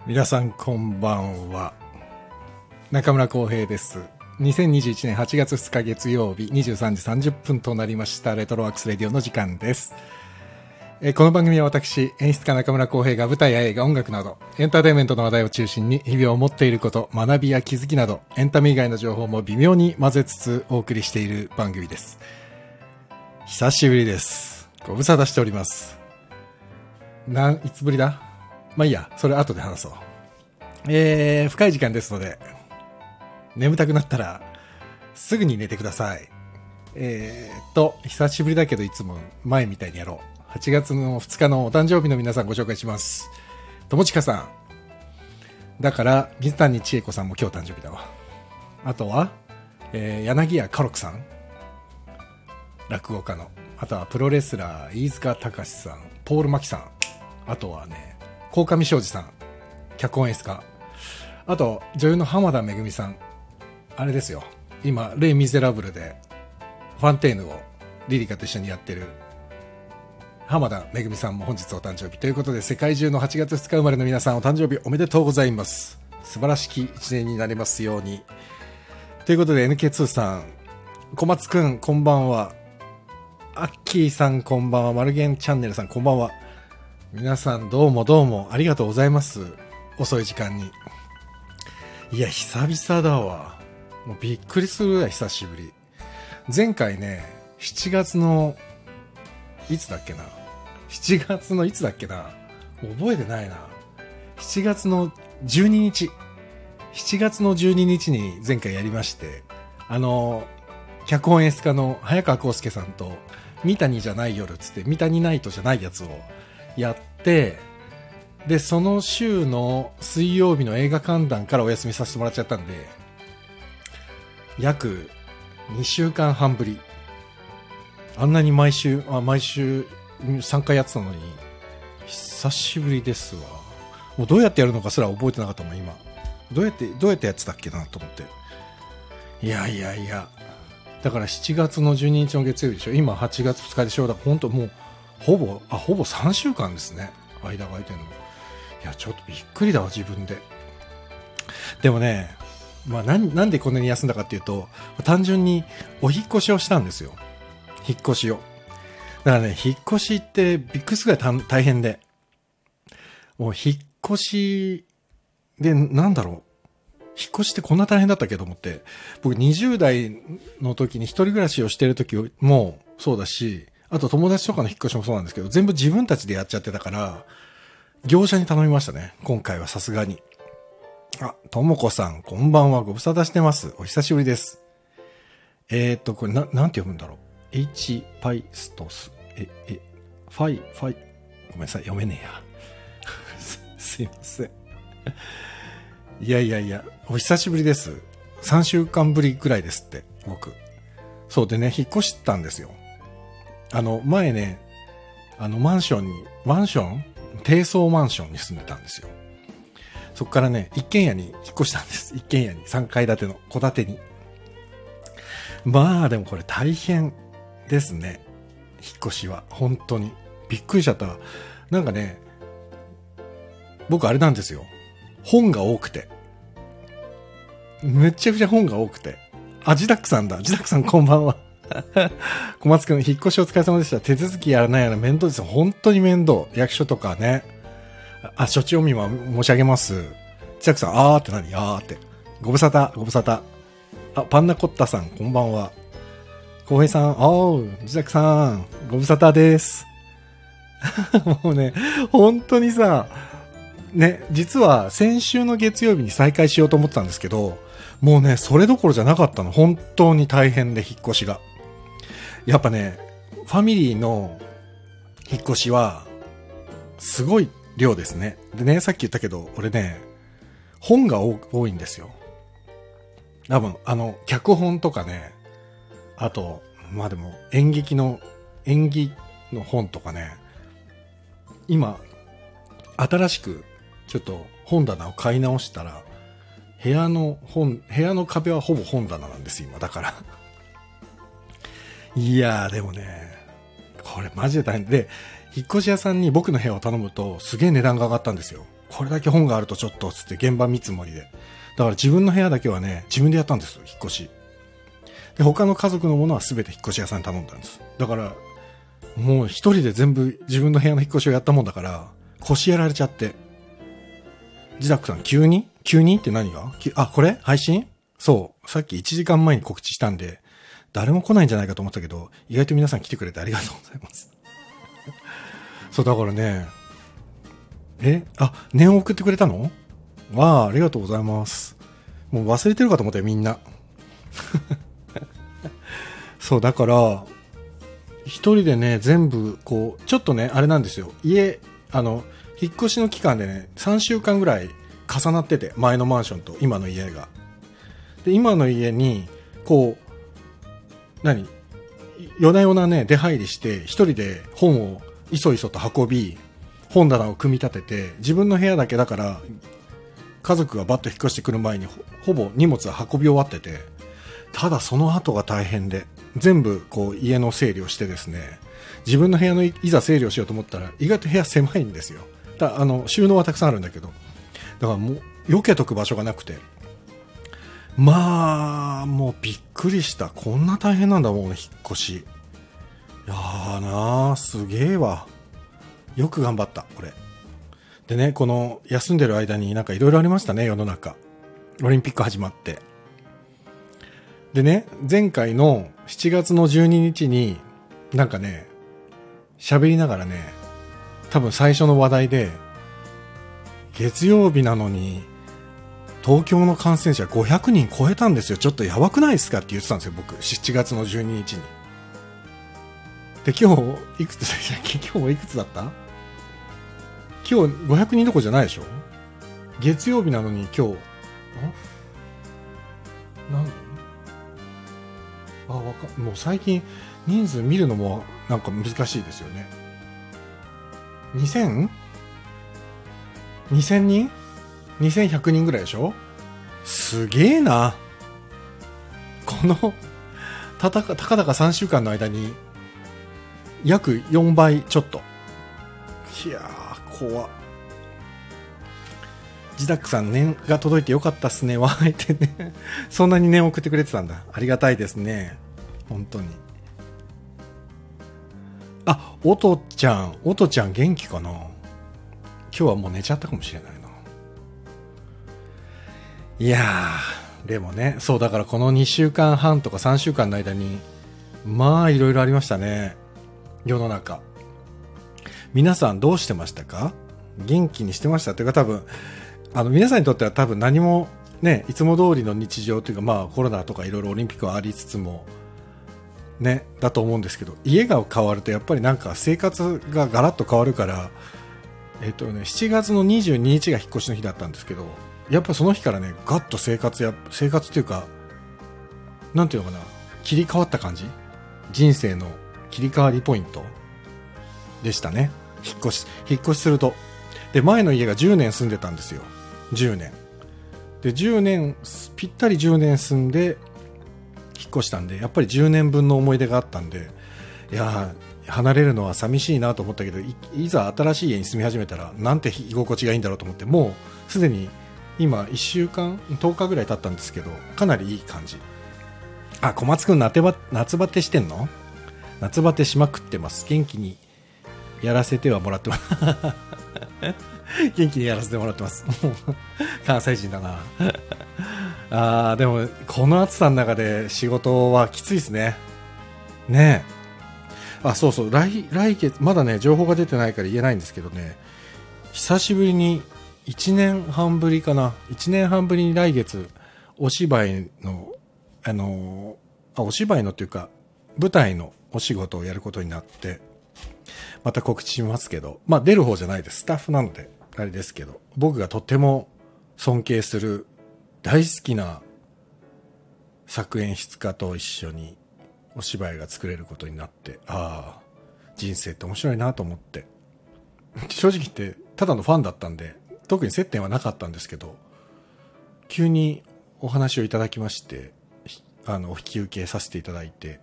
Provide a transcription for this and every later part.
皆さんこんばんは。中村浩平です。2021年8月2日月曜日23時30分となりました。レトロワークスレディオの時間です。この番組は私演出家中村浩平が舞台や映画、音楽などエンターテインメントの話題を中心に日々思っていること、学びや気づきなどエンタメ以外の情報も微妙に混ぜつつお送りしている番組です。久しぶりです。ご無沙汰しております。いつぶりだ？まあいいや、それ後で話そう。深い時間ですので眠たくなったらすぐに寝てください。久しぶりだけどいつも前みたいにやろう。8月の2日のお誕生日の皆さんご紹介します。友近さん。だから水谷千恵子さんも今日誕生日だわ。あとは、柳家家禄さん。落語家の。あとはプロレスラー飯塚隆さん、ポール・マキさん。あとはね、鴻上尚史さん、脚本演出家。あと女優の浜田めぐみさん。あれですよ、今レイ・ミゼラブルでファンテーヌをリリカと一緒にやってる浜田めぐみさんも本日お誕生日ということで、世界中の8月2日生まれの皆さんお誕生日おめでとうございます。素晴らしき一年になりますように。ということで NK2 さん、小松くんこんばんは、アッキーさんこんばんは、マルゲンチャンネルさんこんばんは。皆さんどうもどうもありがとうございます。遅い時間に。いや久々だわ。もうびっくりするぐらい久しぶり。前回ね、7月のいつだっけな、7月のいつだっけな、覚えてないな。7月の12日7月の12日に前回やりまして、脚本演出家の早川康介さんと三谷じゃない夜つって、三谷ナイトじゃないやつをやって、でその週の水曜日の映画観覧からお休みさせてもらっちゃったんで、約2週間半ぶり。あんなに毎週3回やってたのに久しぶりですわ。もうどうやってやるのかすら覚えてなかったもん今。どうやってやってたっけなと思って。いやだから7月の12日の月曜日でしょ。今8月2日でしょ。だから本当もうほぼ3週間ですね、間が空いてるの。いやちょっとびっくりだわ自分で。でもね、まあ、なんでこんなに休んだかっていうと、単純にお引っ越しをしたんですよ。引っ越しを。だからね、引っ越しってびっくりするぐらい大変で、もう引っ越しでなんだろう、引っ越しってこんな大変だったっけと思って。僕20代の時に一人暮らしをしてる時もそうだし、あと友達とかの引っ越しもそうなんですけど、全部自分たちでやっちゃってたから業者に頼みましたね、今回はさすがに。あ、ともこさんこんばんは、ご無沙汰してます。お久しぶりです。これなんて読むんだろう。H パイストスファイごめんなさい、読めねえやすいません。いやお久しぶりです。3週間ぶりぐらいですって僕。そうでね、引っ越したんですよ。前ね、マンション低層マンションに住んでたんですよ。そこからね、一軒家に引っ越したんです。一軒家に3階建ての戸建てに。まあでもこれ大変ですね、引っ越しは。本当にびっくりしちゃった。なんかね、僕あれなんですよ、本が多くて、めちゃくちゃ本が多くて。あ、ジダックさんだ。ジダックさんこんばんは小松くん、引っ越しお疲れ様でした。手続きやらないやら面倒ですよ。本当に面倒。役所とかね。あ、処置読みは申し上げます。ジダックさん、あーって何？あーって。ご無沙汰。あ、パンナコッタさんこんばんは。浩平さん、ジダックさんご無沙汰です。もうね、本当にさ、ね、実は先週の月曜日に再開しようと思ってたんですけど、もうね、それどころじゃなかったの。本当に大変で、引っ越しが。やっぱね、ファミリーの引っ越しは、すごい量ですね。でね、さっき言ったけど、俺ね、本が多いんですよ。多分、脚本とかね、あと、まあでも、演技の本とかね、今、新しく、ちょっと本棚を買い直したら、部屋の壁はほぼ本棚なんです今。だからいやーでもね、これマジで大変で、引っ越し屋さんに僕の部屋を頼むとすげえ値段が上がったんですよ。 これだけ本があるとちょっとつって現場見積もりで。だから自分の部屋だけはね、自分でやったんですよ、引っ越し。で、他の家族のものは全て引っ越し屋さんに頼んだんです。だから、もう一人で全部自分の部屋の引っ越しをやったもんだから、腰やられちゃって。ジダックさん、急にって何がこれ配信そう。さっき1時間前に告知したんで、誰も来ないんじゃないかと思ったけど、意外と皆さん来てくれてありがとうございます。そう、だからね、念を送ってくれたの？ありがとうございます。もう忘れてるかと思ったよ、みんな。そう、だから、一人でね、全部、こう、ちょっとね、あれなんですよ。引っ越しの期間でね、3週間ぐらい重なってて、前のマンションと今の家が。で、今の家に、こう、夜な夜なね、出入りして、一人で本をいそいそと運び、本棚を組み立てて、自分の部屋だけだから、家族がバッと引っ越してくる前にほぼ荷物は運び終わってて、ただその後が大変で、全部こう家の整理をしてですね、自分の部屋のいざ整理をしようと思ったら意外と部屋狭いんですよ。収納はたくさんあるんだけど、だからもう避けとく場所がなくて、まあもうびっくりした。こんな大変なんだもん、引っ越し。いやーなー、すげえわ。よく頑張った俺でね。この休んでる間になんかいろいろありましたね、世の中。オリンピック始まって、でね、前回の7月の12日になんかね、喋りながらね、多分最初の話題で、月曜日なのに東京の感染者500人超えたんですよ、ちょっとやばくないですかって言ってたんですよ、僕。7月の12日に。で、今日いくつだった？今日500人どころじゃないでしょ。月曜日なのに今日もう最近人数見るのもなんか難しいですよね。2000人 ?2100 人ぐらいでしょ。すげえな。このたかだか3週間の間に約4倍ちょっと。いやー怖っ。ジダックさん、念が届いてよかったっすね、わーってね。そんなに念を送ってくれてたんだ。ありがたいですね、本当に。おとちゃん元気かな。今日はもう寝ちゃったかもしれないな。いやー、でもね、そうだからこの2週間半とか3週間の間に、まあいろいろありましたね、世の中。皆さんどうしてましたか？元気にしてましたというか、多分皆さんにとっては多分何もね、いつも通りの日常というか、まあコロナとかいろいろオリンピックはありつつもね、だと思うんですけど、家が変わるとやっぱりなんか生活がガラッと変わるから、7月の22日が引っ越しの日だったんですけど、やっぱその日からね、ガッと生活というか、なんていうのかな、切り替わった感じ、人生の切り替わりポイントでしたね。引っ越しすると。で、前の家が10年住んでたんですよ。10年。で、ぴったり10年住んで、引っ越したんで、やっぱり10年分の思い出があったんで、いや離れるのは寂しいなと思ったけど、いざ新しい家に住み始めたら、なんて居心地がいいんだろうと思って、もうすでに今1週間、10日ぐらい経ったんですけど、かなりいい感じ。小松くん夏バテしてんの？夏バテしまくってます。元気にやらせてはもらってます。元気にやらせてもらってます。関西人だな。でもこの暑さの中で仕事はきついですね。ねえ。そうそう、来月まだね情報が出てないから言えないんですけどね、久しぶりに1年半ぶりかな、1年半ぶりに来月お芝居のお芝居のっていうか舞台のお仕事をやることになって、また告知しますけど、出る方じゃないです、スタッフなのであれですけど、僕がとっても尊敬する大好きな作演出家と一緒にお芝居が作れることになって、人生って面白いなと思って、正直言ってただのファンだったんで特に接点はなかったんですけど、急にお話をいただきまして、お引き受けさせていただいて、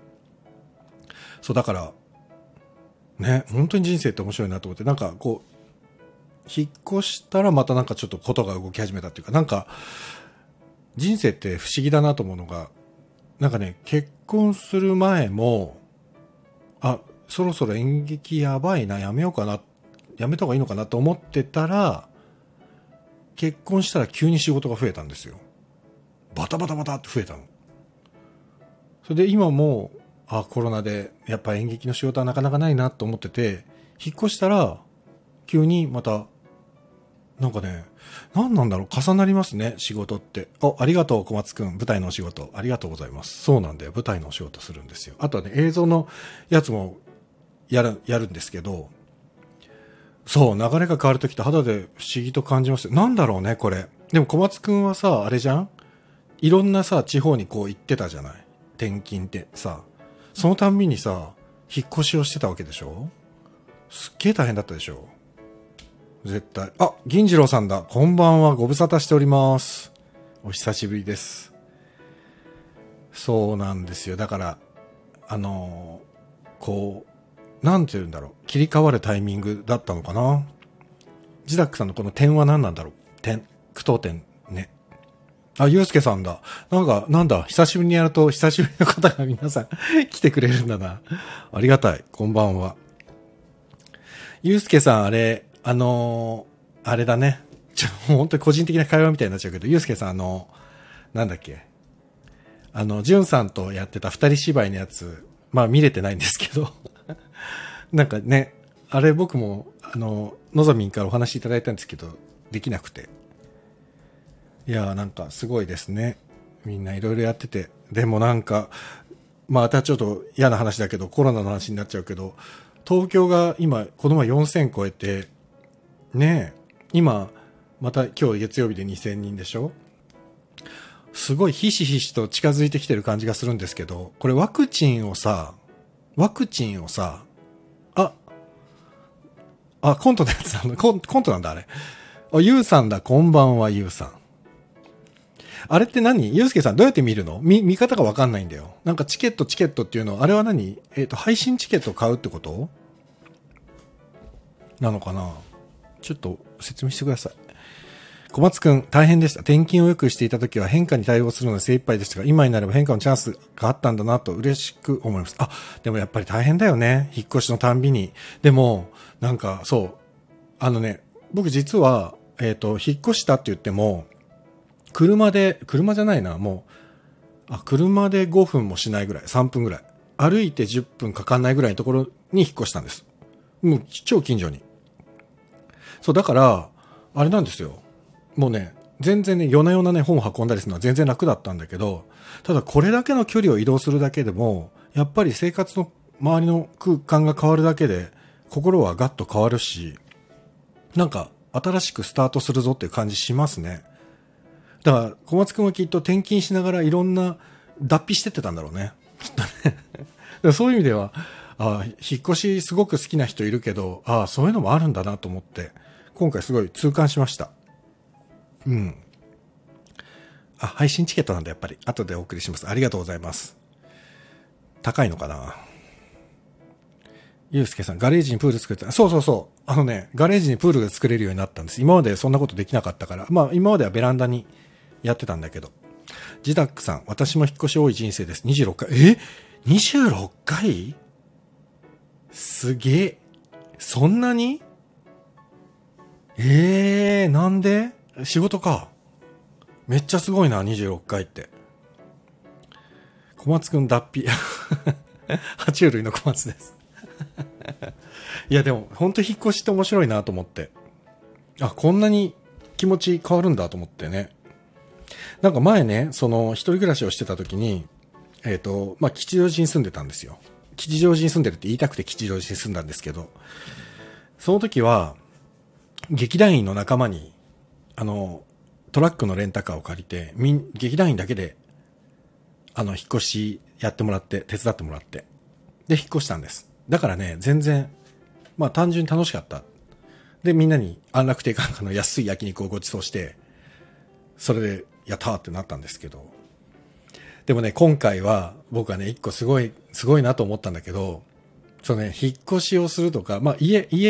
そうだからね、本当に人生って面白いなと思って、なんかこ引っ越したらまたなんかちょっとことが動き始めたっていうか、なんか、人生って不思議だなと思うのが、なんかね、結婚する前も、そろそろ演劇やばいな、やめようかな、やめた方がいいのかなと思ってたら、結婚したら急に仕事が増えたんですよ。バタバタバタって増えたの。それで今も、コロナでやっぱ演劇の仕事はなかなかないなと思ってて、引っ越したら、急にまた、なんかね、何なんだろう、重なりますね、仕事って。ありがとう、小松くん。舞台のお仕事。ありがとうございます。そうなんだよ。舞台のお仕事するんですよ。あとはね、映像のやつもやるんですけど、そう、流れが変わるときって肌で不思議と感じますよ。なんだろうね、これ。でも小松くんはさ、あれじゃん？いろんなさ、地方にこう行ってたじゃない？転勤ってさ。そのたんびにさ、引っ越しをしてたわけでしょ？すっげえ大変だったでしょ？絶対。銀次郎さんだ。こんばんは。ご無沙汰しております。お久しぶりです。そうなんですよ。だから、こう、なんて言うんだろう。切り替わるタイミングだったのかな。ジダックさんのこの点は何なんだろう。句読点ね。ゆうすけさんだ。なんだ、久しぶりにやると、久しぶりの方が皆さん来てくれるんだな。ありがたい。こんばんは。ゆうすけさん、あれだね。もう本当に個人的な会話みたいになっちゃうけど、ゆうすけさん、なんだっけ。じゅんさんとやってた二人芝居のやつ、まあ見れてないんですけど。なんかね、あれ僕も、のぞみんからお話いただいたんですけど、できなくて。いやなんかすごいですね。みんないろいろやってて。でもなんか、またちょっと嫌な話だけど、コロナの話になっちゃうけど、東京が今、この前4000超えて、ねえ、今、また今日月曜日で2000人でしょ？すごいひしひしと近づいてきてる感じがするんですけど、これワクチンをさ、コントのやつなんだ。コントなんだ、あれ。ゆうさんだ、こんばんは、ゆうさん。あれって何？ゆうすけさんどうやって見るの？見方がわかんないんだよ。なんかチケットっていうのは、あれは何？配信チケットを買うってことなのかな？ちょっと説明してください。小松くん、大変でした。転勤をよくしていた時は変化に対応するので精一杯でしたが、今になれば変化のチャンスがあったんだなと嬉しく思います。でもやっぱり大変だよね。引っ越しのたんびに。でも、なんか、そう。僕実は、引っ越したって言っても、車じゃないな、もう、車で5分もしないぐらい、3分ぐらい。歩いて10分かかんないぐらいのところに引っ越したんです。もう超近所に。そう、だから、あれなんですよ。もうね、全然ね、夜な夜なね、本を運んだりするのは全然楽だったんだけど、ただこれだけの距離を移動するだけでも、やっぱり生活の周りの空間が変わるだけで、心はガッと変わるし、なんか新しくスタートするぞっていう感じしますね。だから小松くんはきっと転勤しながらいろんな脱皮してってたんだろうね。きっとね。そういう意味では、引っ越しすごく好きな人いるけど、そういうのもあるんだなと思って、今回すごい痛感しました。うん。配信チケットなんだ、やっぱり。後でお送りします。ありがとうございます。高いのかな？ゆうすけさん、ガレージにプール作って、そう。ガレージにプールが作れるようになったんです。今までそんなことできなかったから。今まではベランダにやってたんだけど。ジダックさん、私も引っ越し多い人生です。26回。26回？すげえ。そんなに？なんで？仕事か。めっちゃすごいな、26回って。小松くん脱皮。爬虫類の小松です。いやでも、ほんと引っ越しって面白いなと思って。こんなに気持ち変わるんだと思ってね。なんか前ね、一人暮らしをしてた時に、吉祥寺に住んでたんですよ。吉祥寺に住んでるって言いたくて吉祥寺に住んだんですけど、その時は、劇団員の仲間に、トラックのレンタカーを借りて、劇団員だけで、引っ越しやってもらって、手伝ってもらって、で、引っ越したんです。だからね、全然、単純に楽しかった。で、みんなに安楽亭かなんかの安い焼肉をご馳走して、それで、やったーってなったんですけど。でもね、今回は、僕はね、一個すごいなと思ったんだけど、引っ越しをするとか、家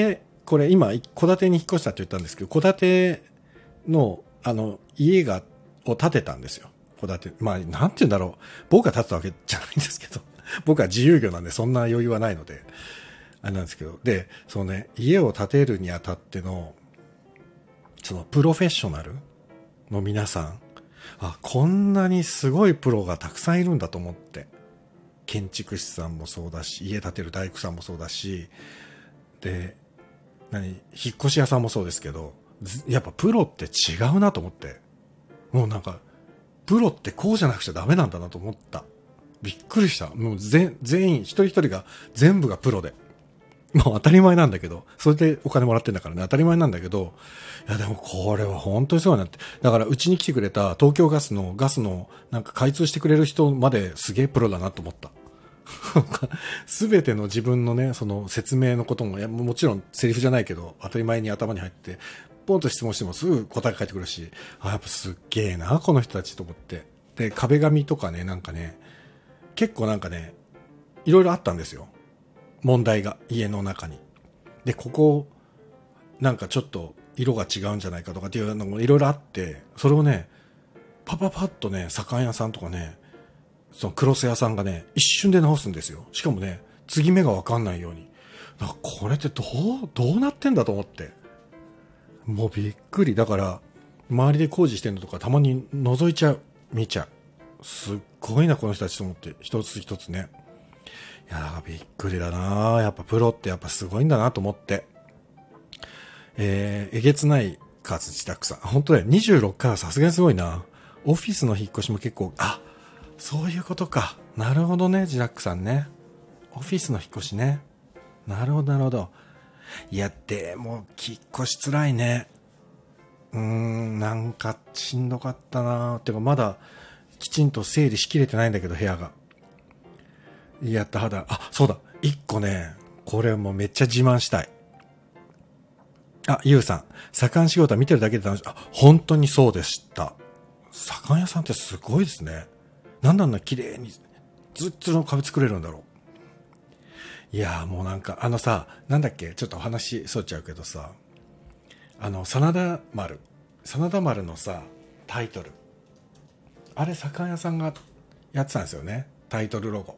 これ今、戸建てに引っ越したって言ったんですけど、戸建ての、家を建てたんですよ。戸建て。まあ、なんて言うんだろう。僕が建てたわけじゃないんですけど、僕は自由業なんでそんな余裕はないので、あれなんですけど、で、そのね、家を建てるにあたっての、そのプロフェッショナルの皆さん、こんなにすごいプロがたくさんいるんだと思って。建築士さんもそうだし、家建てる大工さんもそうだし、で、引っ越し屋さんもそうですけど、やっぱプロって違うなと思って。もうなんか、プロってこうじゃなくちゃダメなんだなと思った。びっくりした。もう全員、一人一人が全部がプロで。もう当たり前なんだけど、それでお金もらってんだからね、当たり前なんだけど、いやでもこれは本当にすごいなって。だからうちに来てくれた東京ガスのなんか開通してくれる人まですげえプロだなと思った。すべての自分のね、その説明のことも、もちろんセリフじゃないけど、当たり前に頭に入って、ポンと質問してもすぐ答えが返ってくるし、やっぱすっげえな、この人たちと思って。で、壁紙とかね、なんかね、結構なんかね、いろいろあったんですよ。問題が、家の中に。で、ここ、なんかちょっと色が違うんじゃないかとかっていうのもいろいろあって、それをね、パパパッとね、左官屋さんとかね、そのクロス屋さんがね、一瞬で直すんですよ。しかもね、継ぎ目がわかんないように。これってどうなってんだと思って。もうびっくり。だから、周りで工事してんのとかたまに覗いちゃう。見ちゃう。すっごいな、この人たちと思って。一つ一つね。いやー、びっくりだなー。やっぱプロってやっぱすごいんだなと思って。えげつない数自宅さん。本当だよ。26回はさすがにすごいな。オフィスの引っ越しも結構、そういうことか。なるほどね、ジラックさんね。オフィスの引っ越しね。なるほど、なるほど。いや、でも、引っ越しつらいね。なんかしんどかったな。てか、まだ、きちんと整理しきれてないんだけど、部屋が。やったはだ。そうだ。一個ね、これもうめっちゃ自慢したい。ゆうさん。左官仕事は見てるだけで楽しい。本当にそうでした。左官屋さんってすごいですね。なんであんな綺麗に、ずっつの壁作れるんだろう。いやーもうなんか、なんだっけ、ちょっとお話そっちゃうけどさ、真田丸のさ、タイトル。あれ、左官屋さんがやってたんですよね。タイトルロゴ。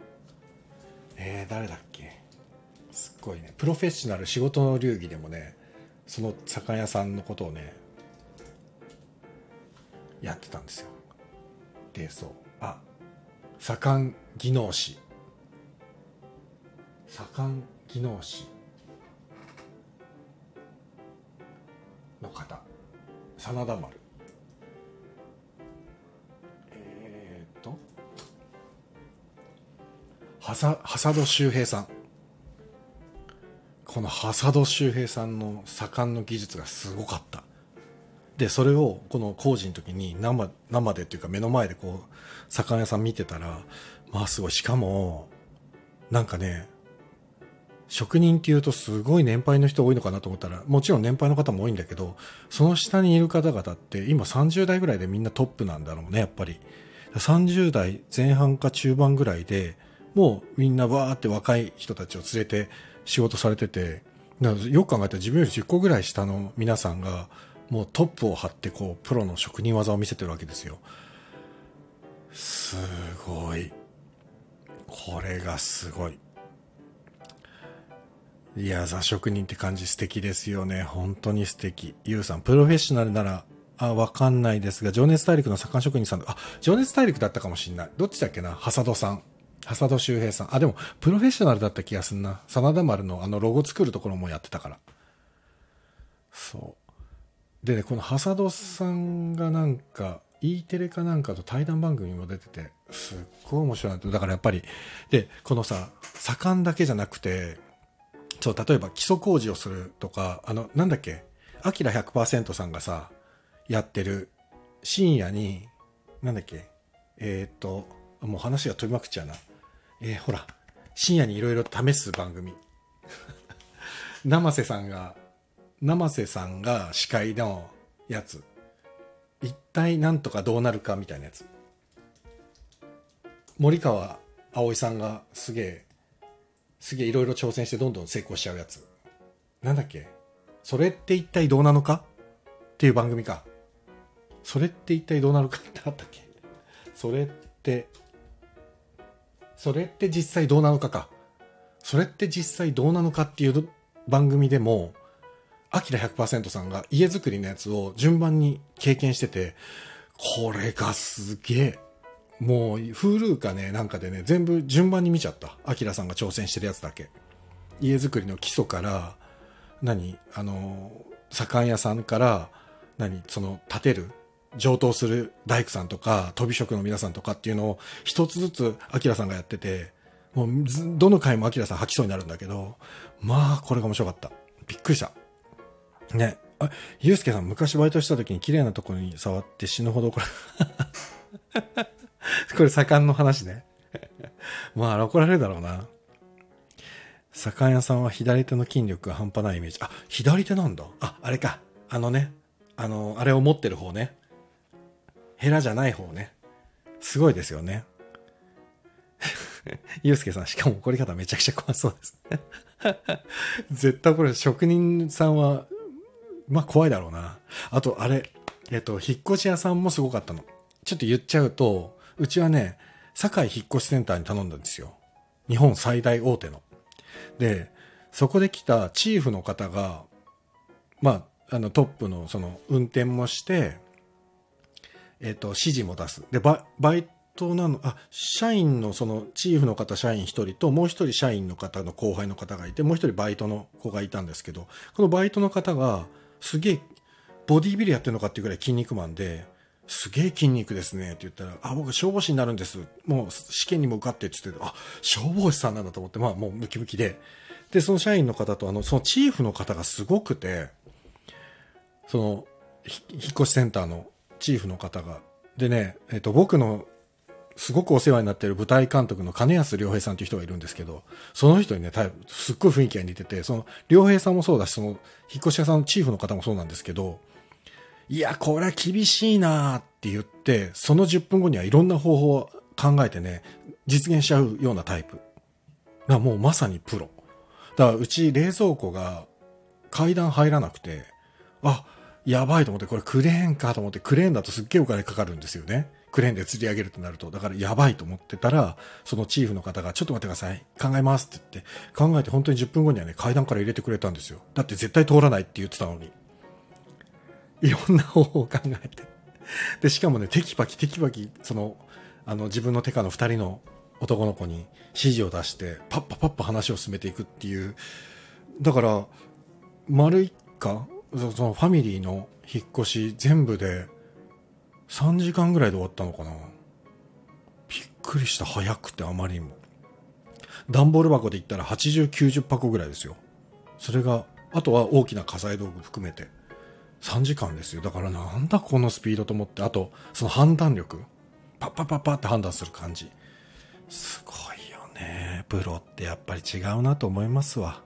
誰だっけ。すっごいね。プロフェッショナル仕事の流儀でもね、その左官屋さんのことをね、やってたんですよ。で、そう。左官技能士。左官技能士の方。真田丸。挾土周平さん。この挾土周平さんの左官の技術がすごかった。で、それをこの工事の時に生でっていうか目の前でこう、左官屋さん見てたら、すごい。しかも、なんかね、職人っていうとすごい年配の人多いのかなと思ったら、もちろん年配の方も多いんだけど、その下にいる方々って今30代ぐらいでみんなトップなんだろうね、やっぱり。30代前半か中盤ぐらいで、もうみんなわーって若い人たちを連れて仕事されてて、よく考えたら自分より10個ぐらい下の皆さんがもうトップを張ってこうプロの職人技を見せてるわけですよ。すごい。これがすごい。いや、座職人って感じ素敵ですよね。本当に素敵。ゆうさん、プロフェッショナルなら、わかんないですが、情熱大陸の左官職人さん、情熱大陸だったかもしんない。どっちだっけな、挾土さん。挾土周平さん。でも、プロフェッショナルだった気がすんな。真田丸のロゴ作るところもやってたから。そう。でね、この挾土さんがなんか、E テレかなんかと対談番組も出てて、すっごい面白いなと。だからやっぱり、で、このさ、左官だけじゃなくて、そう、例えば基礎工事をするとか、なんだっけ、アキラ100%さんがさ、やってる、深夜に、なんだっけ、もう話が飛びまくっちゃうな。ほら、深夜にいろいろ試す番組。生瀬さんが司会のやつ。一体なんとかどうなるかみたいなやつ。森川葵さんがすげえいろいろ挑戦してどんどん成功しちゃうやつ。 なんだっけ、それって一体どうなのかっていう番組か。それって一体どうなのかってあったっけ。それって実際どうなのかか。それって実際どうなのかっていう番組でも、アキラ 100% さんが家づくりのやつを順番に経験してて、これがすげえ。もう Hulu かね、なんかでね、全部順番に見ちゃった。アキラさんが挑戦してるやつだけ。家づくりの基礎から、左官屋さんから、その建てる、上等する大工さんとか、飛び職の皆さんとかっていうのを一つずつアキラさんがやってて、もうどの回もアキラさん吐きそうになるんだけど、まあこれが面白かった。びっくりした。ね。ゆうすけさん昔バイトした時に綺麗なところに触って死ぬほど怒られこれ左官の話ね。まあ怒られるだろうな。左官屋さんは左手の筋力が半端ないイメージ。あ、左手なんだ。あれか。あれを持ってる方ね。ヘラじゃない方ね。すごいですよね。ゆうすけさん、しかも怒り方めちゃくちゃ怖そうです。絶対これ職人さんは、まあ怖いだろうな。あと、引っ越し屋さんもすごかったの。ちょっと言っちゃうと、うちはね、堺引っ越しセンターに頼んだんですよ。日本最大大手の。で、そこで来たチーフの方が、まあ、トップのその運転もして、指示も出す。で、バイト社員のそのチーフの方社員一人と、もう一人社員の方の後輩の方がいて、もう一人バイトの子がいたんですけど、このバイトの方が、すげえ、ボディービルやってるのかっていうぐらい筋肉マンで、すげえ筋肉ですねって言ったら、僕消防士になるんです。もう試験にも受かってって言って、消防士さんなんだと思って、まあもうムキムキで。で、その社員の方とそのチーフの方がすごくて、その、引っ越しセンターのチーフの方が。でね、僕のすごくお世話になっている舞台監督の金安良平さんという人がいるんですけど、その人にね、すっごい雰囲気が似てて、その良平さんもそうだし、その引っ越し屋さんのチーフの方もそうなんですけど、いや、これは厳しいなって言って、その10分後にはいろんな方法を考えてね、実現しちゃうようなタイプ。もうまさにプロ。だからうち冷蔵庫が階段入らなくて、やばいと思って、これクレーンかと思って、クレーンだとすっげえお金かかるんですよね。クレーンで吊り上げるとなると。だからやばいと思ってたら、そのチーフの方が、ちょっと待ってください。考えますって言って、考えて本当に10分後にはね、階段から入れてくれたんですよ。だって絶対通らないって言ってたのに。いろんな方法を考えて。で、しかもね、テキパキ、自分の手下の2人の男の子に指示を出して、パッパ話を進めていくっていう。だから、丸一家、そのファミリーの引っ越し全部で3時間ぐらいで終わったのかな。びっくりした。早くてあまりにも。段ボール箱で言ったら80、90箱ぐらいですよ。それが、あとは大きな家財道具含めて3時間ですよ。だからなんだこのスピードと思って、あとその判断力。パッって判断する感じ。すごいよね。プロってやっぱり違うなと思いますわ。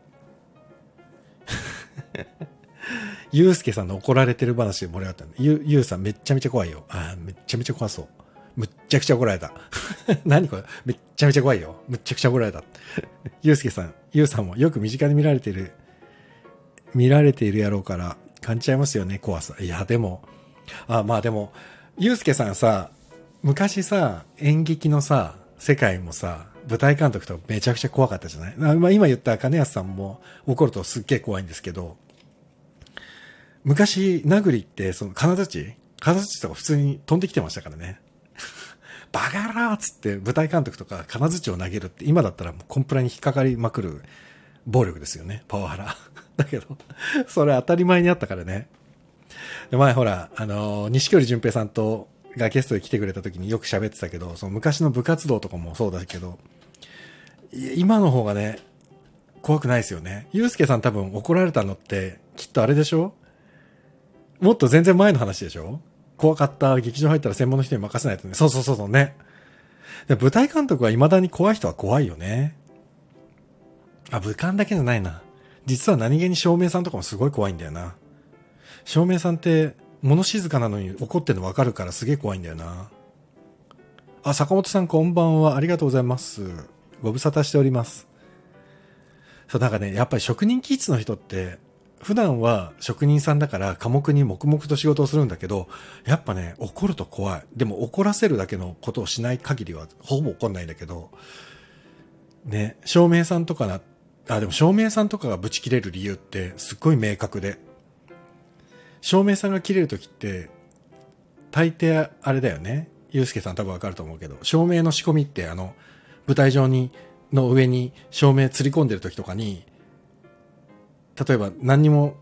ゆうすけさんの怒られてる話で盛り上がったんで、ゆうさんめっちゃめちゃ怖いよ。めっちゃめちゃ怖そう。むっちゃくちゃ怒られた。何これ、めっちゃめちゃ怖いよ。むっちゃくちゃ怒られた。ゆうさんもよく身近に見られているやろうから感じちゃいますよね、怖さ。いや、でも、でも、ゆうすけさんさ、昔さ、演劇のさ、世界もさ、舞台監督とめちゃくちゃ怖かったじゃない。今言った金安さんも怒るとすっげえ怖いんですけど、昔、名栗って、その金槌とか普通に飛んできてましたからね。バカ野郎っつって舞台監督とか金槌を投げるって、今だったらもうコンプラに引っかかりまくる暴力ですよね。パワハラ。だけど、それ当たり前にあったからね。で前ほら、錦織淳平さんとがゲストで来てくれた時によく喋ってたけど、その昔の部活動とかもそうだけど、今の方がね、怖くないですよね。ゆうすけさん多分怒られたのって、きっとあれでしょ？もっと全然前の話でしょ？怖かった。劇場入ったら専門の人に任せないとね。そうね。で舞台監督は未だに怖い人は怖いよね。武漢だけじゃないな。実は何気に照明さんとかもすごい怖いんだよな。照明さんって物静かなのに怒ってるの分かるからすげえ怖いんだよな。坂本さんこんばんは。ありがとうございます。ご無沙汰しております。 そう、なんかね、やっぱり職人気質の人って、普段は職人さんだから寡黙に黙々と仕事をするんだけど、やっぱね、怒ると怖い。でも怒らせるだけのことをしない限りはほぼ怒んないんだけど、ね、照明さんとかでも照明さんとかがブチ切れる理由ってすっごい明確で、照明さんが切れるときって、大抵あれだよね。ゆうすけさん多分わかると思うけど、照明の仕込みって舞台上の上に照明吊り込んでるときとかに、例えば何にも、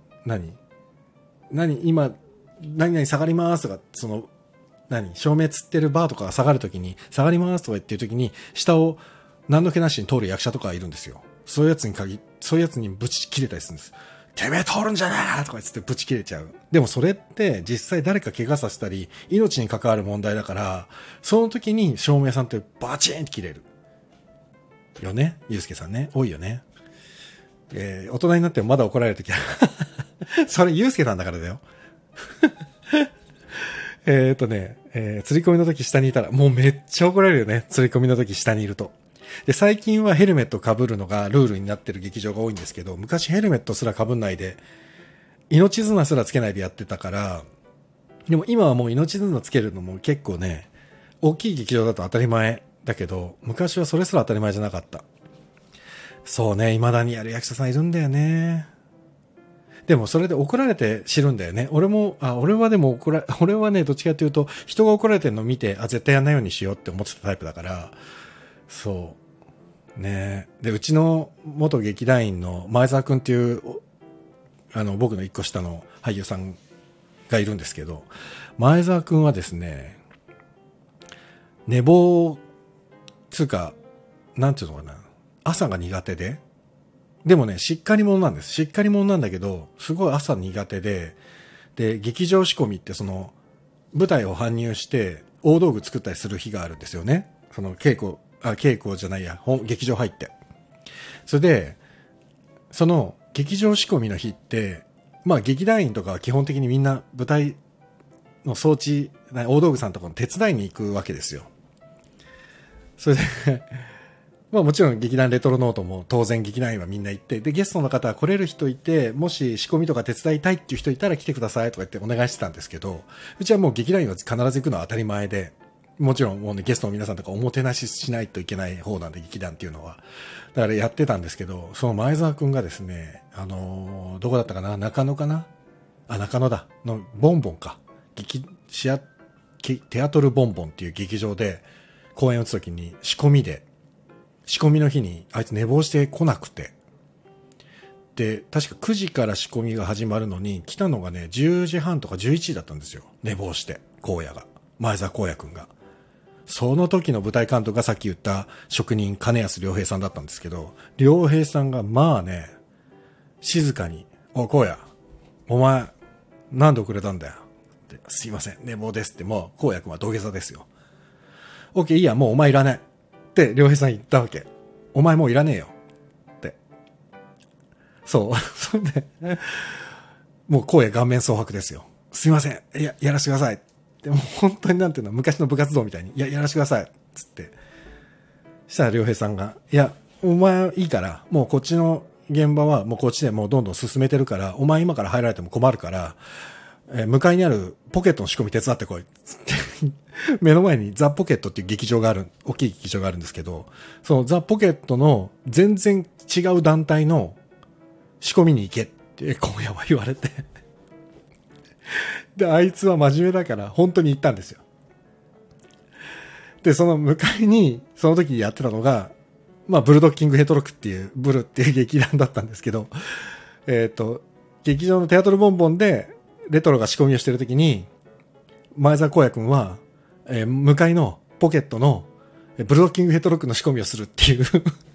今、何々下がりますとか、照明吊ってるバーとかが下がるときに、下がりますとか言ってるときに、下を何の気なしに通る役者とかいるんですよ。そういうやつにブチ切れたりするんです。てめえ通るんじゃねえとか言ってブチ切れちゃう。でもそれって実際誰か怪我させたり、命に関わる問題だから、その時に照明さんってバチーンって切れる。よね、ゆうすけさんね。多いよね。大人になってもまだ怒られるときはそれゆうすけさんだからだよ吊り込みの時下にいたらもうめっちゃ怒られるよね。吊り込みの時下にいると。で、最近はヘルメット被るのがルールになってる劇場が多いんですけど、昔ヘルメットすら被んないで、命綱すらつけないでやってたから、でも今はもう命綱つけるのも結構ね、大きい劇場だと当たり前だけど、昔はそれすら当たり前じゃなかった。そうね、未だにやる役者さんいるんだよね。でもそれで怒られて知るんだよね。俺はね、どっちかというと、人が怒られてるのを見て、絶対やんないようにしようって思ってたタイプだから、そう。ね。で、うちの元劇団員の前澤くんっていう、僕の一個下の俳優さんがいるんですけど、前澤くんはですね、寝坊、つうか、なんていうのかな、朝が苦手で、でもね、しっかり者なんです。しっかり者なんだけど、すごい朝苦手で、で、劇場仕込みって舞台を搬入して、大道具作ったりする日があるんですよね。稽古じゃないや、劇場入って。それで、劇場仕込みの日って、まあ劇団員とかは基本的にみんな舞台の装置、大道具さんとかの手伝いに行くわけですよ。それでまあもちろん劇団レトロノートも当然劇団員はみんな行って、でゲストの方は来れる人いて、もし仕込みとか手伝いたいっていう人いたら来てくださいとか言ってお願いしてたんですけど、うちはもう劇団員は必ず行くのは当たり前で、もちろんもうね、ゲストの皆さんとかおもてなししないといけない方なんで、劇団っていうのは。だからやってたんですけど、その前澤くんがですね、どこだったかな、中野かな、中野だのボンボンか、テアトルボンボンっていう劇場で公演を打つときに仕込みの日にあいつ寝坊して来なくて、で確か9時から仕込みが始まるのに来たのがね10時半とか11時だったんですよ。寝坊して前澤光也くんが。その時の舞台監督がさっき言った職人金安良平さんだったんですけど、良平さんがまあね、静かに、おい光也、お前なんで遅れたんだよって、すいません寝坊ですって、もう光也くんは土下座ですよ。オッケーいいや、もうお前いらないって良平さん言ったわけ。お前もういらねえよって。そうそれでもう光也顔面蒼白ですよ。すいません、やらせてください。でも本当になんていうの、昔の部活動みたいに、やらせてくださいつって、したら良平さんが、いやお前いいから、もうこっちの現場はもうこっちでもうどんどん進めてるから、お前今から入られても困るから、向かいにあるポケットの仕込み手伝ってこいつって目の前にザ・ポケットっていう劇場がある、大きい劇場があるんですけど、そのザ・ポケットの全然違う団体の仕込みに行けって今夜は言われてであいつは真面目だから本当に行ったんですよ。でその向かいにその時やってたのが、まあブルドッキングヘトロクっていうブルっていう劇団だったんですけど、劇場のテアトルボンボンでレトロが仕込みをしてる時に前澤光也くんは、向かいのポケットのブルドッキングヘトロクの仕込みをするっていう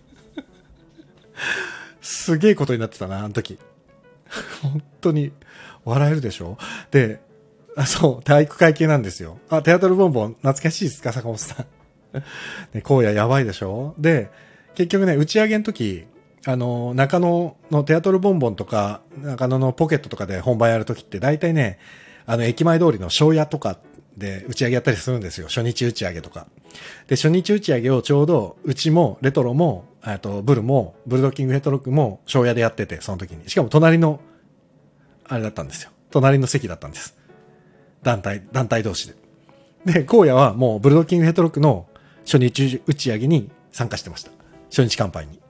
すげえことになってたな、あの時本当に笑えるでしょ。で、そう、体育会系なんですよ。テアトルボンボン、懐かしいですか、坂本さん。ね、荒野やばいでしょ。で、結局ね、打ち上げの時、中野のテアトルボンボンとか、中野のポケットとかで本番やる時って、大体ね、駅前通りの庄屋とかで打ち上げやったりするんですよ。初日打ち上げとか。で、初日打ち上げをちょうど、うちも、レトロも、ブルも、ブルドッキングヘッドロックも、庄屋でやってて、その時に。しかも隣の、あれだったんですよ。隣の席だったんです。団体同士で。で、荒野はもう、ブルドッキングヘッドロックの初日打ち上げに参加してました。初日乾杯に。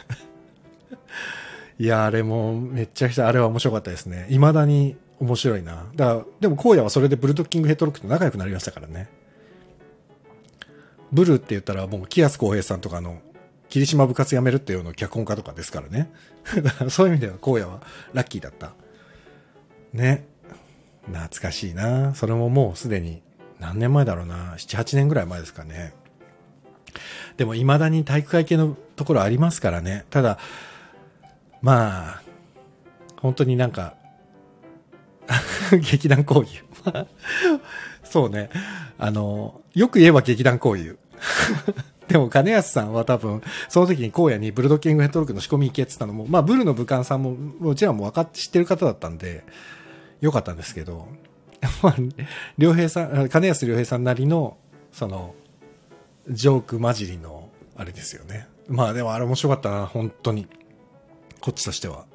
いや、あれも、めっちゃくちゃ、あれは面白かったですね。未だに面白いな。だから、でも荒野はそれでブルドッキングヘッドロックと仲良くなりましたからね。ブルって言ったらもう木安浩平さんとかの霧島部活やめるっていうの脚本家とかですからね。そういう意味では荒野はラッキーだった。ね。懐かしいな。それももうすでに何年前だろうな。7、8年ぐらい前ですかね。でも未だに体育会系のところありますからね。ただ、まあ、本当になんか、劇団交友。そうね。よく言えば劇団交友。でも、金安さんは多分、その時に荒野にブルドッキングヘッドロックの仕込み行けって言ったのも、まあ、ブルの武漢さんも、うちらも知ってる方だったんで、よかったんですけど、まあ、良平さん、金安良平さんなりの、その、ジョーク混じりの、あれですよね。まあ、でもあれ面白かったな、本当に。こっちとしては。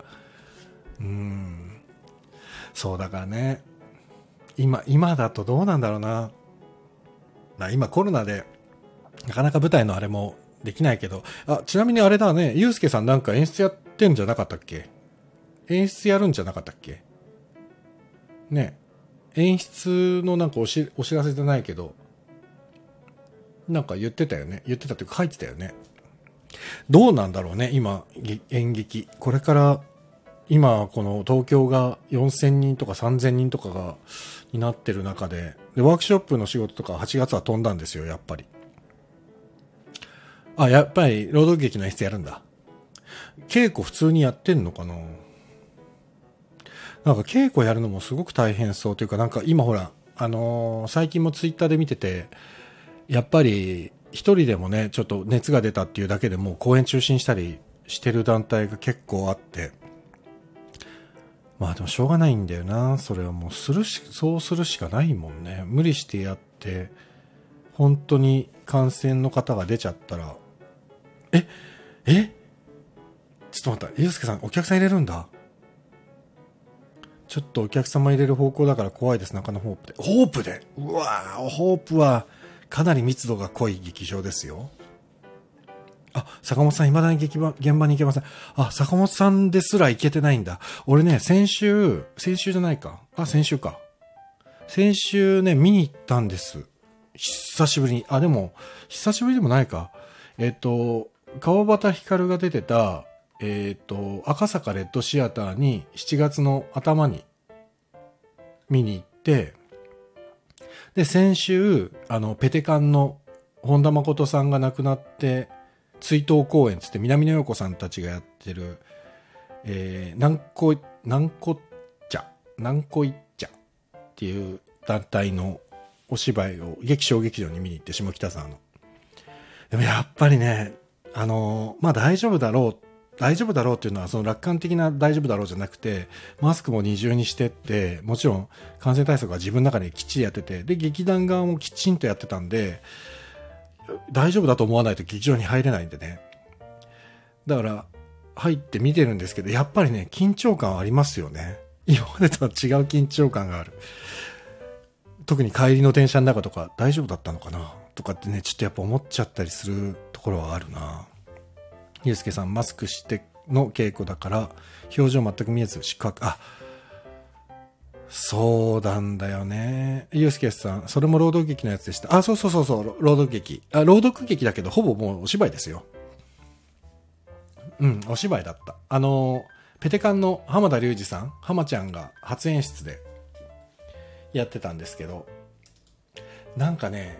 そうだからね。今だとどうなんだろうな。今コロナで、なかなか舞台のあれもできないけど、ちなみにあれだね、ゆうすけさんなんか演出やってんじゃなかったっけ？演出やるんじゃなかったっけ？ね。演出のなんかお知らせじゃないけど、なんか言ってたよね。言ってたっていうか書いてたよね。どうなんだろうね、今、演劇。これから、今、この東京が4000人とか3000人とかになってる中で、ワークショップの仕事とか8月は飛んだんですよ、やっぱり。やっぱり、朗読劇の演出やるんだ。稽古普通にやってんのかな？なんか稽古やるのもすごく大変そうというか、なんか今ほら、最近もツイッターで見てて、やっぱり一人でもね、ちょっと熱が出たっていうだけでもう公演中止にしたりしてる団体が結構あって、まあでもしょうがないんだよな。それはもうそうするしかないもんね。無理してやって、本当に感染の方が出ちゃったら、ちょっと待った。ゆうすけさん、お客さん入れるんだ。ちょっとお客様入れる方向だから怖いです。中野ホープで。ホープでうわぁ、ホープはかなり密度が濃い劇場ですよ。坂本さん、未だに現場に行けません。坂本さんですら行けてないんだ。俺ね、先週じゃないか。先週か。先週ね、見に行ったんです。久しぶりに。でも、久しぶりでもないか。川端光が出てた、赤坂レッドシアターに7月の頭に見に行って、で、先週、ペテカンの本田誠さんが亡くなって、追悼公演つって南野陽子さんたちがやってる、なんこいっちゃっていう団体のお芝居を小劇場に見に行って、下北沢の。でもやっぱりね、まあ大丈夫だろうっていうのは、その楽観的な大丈夫だろうじゃなくて、マスクも二重にしてって、もちろん感染対策は自分の中できっちりやってて、で、劇団側もきちんとやってたんで、大丈夫だと思わないと劇場に入れないんでね。だから、入って見てるんですけど、やっぱりね、緊張感はありますよね。今までとは違う緊張感がある。特に帰りの電車の中とか、大丈夫だったのかなとかってね、ちょっとやっぱ思っちゃったりするところはあるな。ゆうすけさん、マスクしての稽古だから、表情全く見えず、宿泊、そうなんだよね。ゆうすけさん、それも朗読劇のやつでした。そう、朗読劇。朗読劇だけど、ほぼもうお芝居ですよ。お芝居だった。ペテカンの浜田隆二さん、浜ちゃんが初演出でやってたんですけど、なんかね、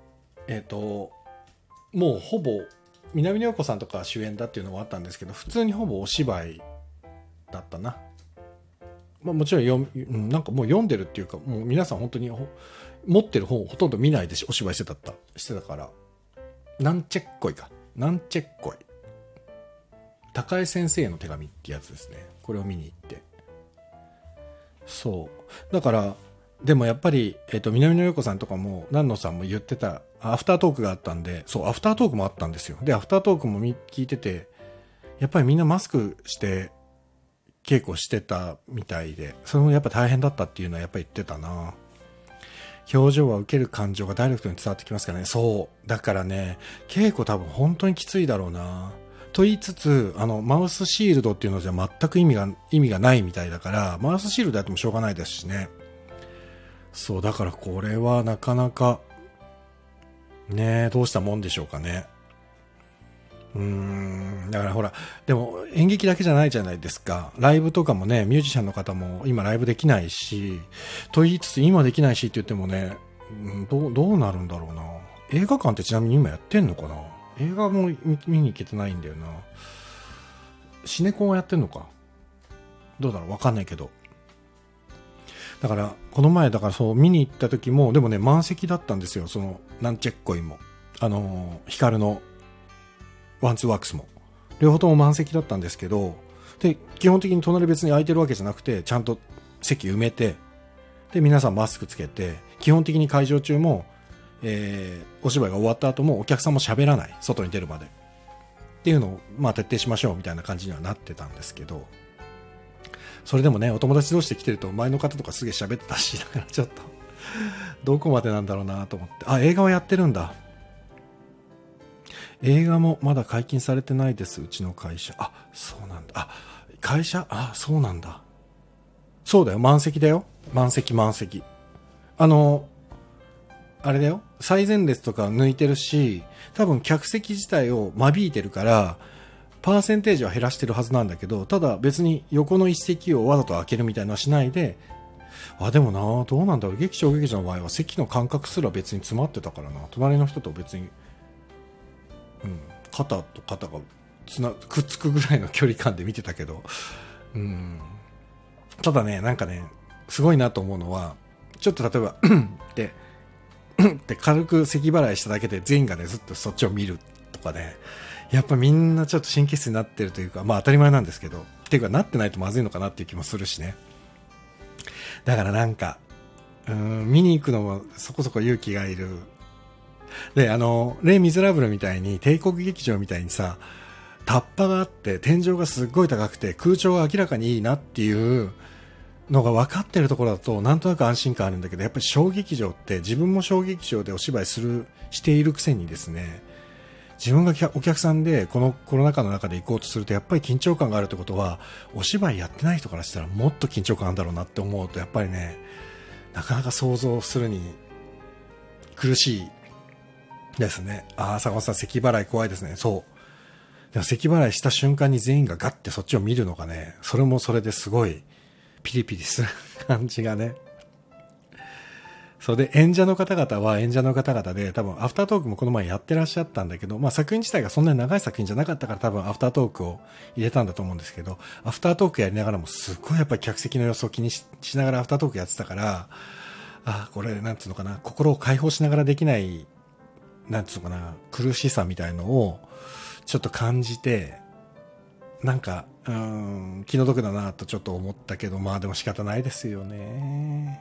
もうほぼ、南野陽子さんとか主演だっていうのもあったんですけど、普通にほぼお芝居だったな。まあもちろんなんかもう読んでるっていうか、もう皆さん本当に持ってる本をほとんど見ないでお芝居してたから、なんちゃっこい。高江先生への手紙ってやつですね。これを見に行って。そう。だから、 でもやっぱり、南野陽子さんとかも、南野さんも言ってた、アフタートークがあったんで、そう、アフタートークもあったんですよ。で、アフタートークも聞いてて、やっぱりみんなマスクして稽古してたみたいで、それもやっぱ大変だったっていうのはやっぱり言ってたな。表情は受ける感情がダイレクトに伝わってきますからね。そう。だからね、稽古多分本当にきついだろうな。と言いつつ、マウスシールドっていうのじゃ全く意味がないみたいだから、マウスシールドやってもしょうがないですしね。そう、だからこれはなかなか、ね、どうしたもんでしょうかね。だからほら、でも演劇だけじゃないじゃないですか。ライブとかもね、ミュージシャンの方も今ライブできないし、と言いつつ今できないしって言ってもね、どうなるんだろうな。映画館ってちなみに今やってんのかな。映画も見に行けてないんだよな。シネコンはやってんのか。どうだろう、わかんないけど。だからこの前だからそう見に行った時もでもね満席だったんですよ。そのなんチェッコイもヒカルのワンツーワークスも両方とも満席だったんですけど、で基本的に隣別に空いてるわけじゃなくてちゃんと席埋めて、で皆さんマスクつけて、基本的に会場中も、お芝居が終わった後もお客さんも喋らない、外に出るまでっていうのをまあ徹底しましょうみたいな感じにはなってたんですけど、それでもねお友達同士で来てると前の方とかすげえ喋ってたし、だからちょっとどこまでなんだろうなと思って。あ、映画はやってるんだ。映画もまだ解禁されてないです、うちの会社。あ、そうなんだ。あ、会社、あ、そうなんだ。そうだよ、満席だよ。満席。あれだよ、最前列とか抜いてるし、多分客席自体を間引いてるからパーセンテージは減らしてるはずなんだけど、ただ別に横の一席をわざと開けるみたいなのはしないで、あ、でもな、どうなんだろう、劇場の場合は席の間隔すら別に詰まってたからな、隣の人と別に、肩と肩がくっつくぐらいの距離感で見てたけど、ただね、なんかね、すごいなと思うのは、ちょっと例えばって軽く咳払いしただけで全員がねずっとそっちを見るとかね、やっぱみんなちょっと神経質になってるというか、まあ当たり前なんですけど、っていうかなってないとまずいのかなっていう気もするしね。だからなんか見に行くのもそこそこ勇気がいる。で、レイ・ミゼラブルみたいに帝国劇場みたいにさ、タッパがあって天井がすっごい高くて空調が明らかにいいなっていうのが分かってるところだとなんとなく安心感あるんだけど、やっぱり小劇場って自分も小劇場でお芝居しているくせにですね、自分がお客さんでこのコロナ禍の中で行こうとするとやっぱり緊張感があるってことは、お芝居やってない人からしたらもっと緊張感あるんだろうなって思うと、やっぱりね、なかなか想像するに苦しいですね。あ、坂本さん咳払い怖いですね。そう。でも咳払いした瞬間に全員がガッてそっちを見るのがね、それもそれですごいピリピリする感じがね。それで演者の方々は演者の方々で多分アフタートークもこの前やってらっしゃったんだけど、まあ作品自体がそんなに長い作品じゃなかったから多分アフタートークを入れたんだと思うんですけど、アフタートークやりながらもすごいやっぱり客席の様子を気に しながらアフタートークやってたから、あ、これなんつうのかな、心を解放しながらできないなんつうのかな、苦しさみたいのをちょっと感じて、なんか気の毒だなとちょっと思ったけど、まあでも仕方ないですよね。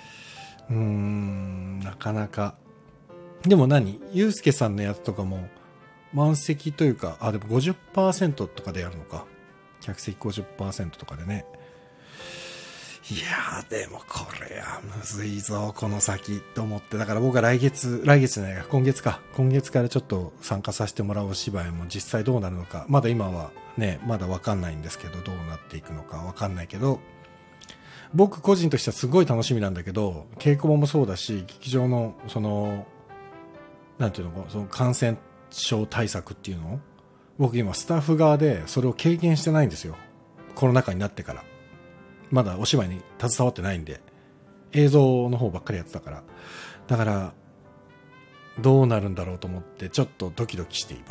なかなか。でもゆうすけさんのやつとかも満席というか、あ、でも 50% とかでやるのか、客席 50% とかでね。いやー、でもこれはむずいぞこの先と思って、だから僕は今月からちょっと参加させてもらうお芝居も実際どうなるのか、まだ今はねまだ分かんないんですけど、どうなっていくのか分かんないけど、僕個人としてはすごい楽しみなんだけど、稽古場もそうだし劇場のそのなんていうのか、その感染症対策っていうの、僕今スタッフ側でそれを経験してないんですよ、コロナ禍になってから。まだお芝居に携わってないんで、映像の方ばっかりやってたから、だからどうなるんだろうと思ってちょっとドキドキしています。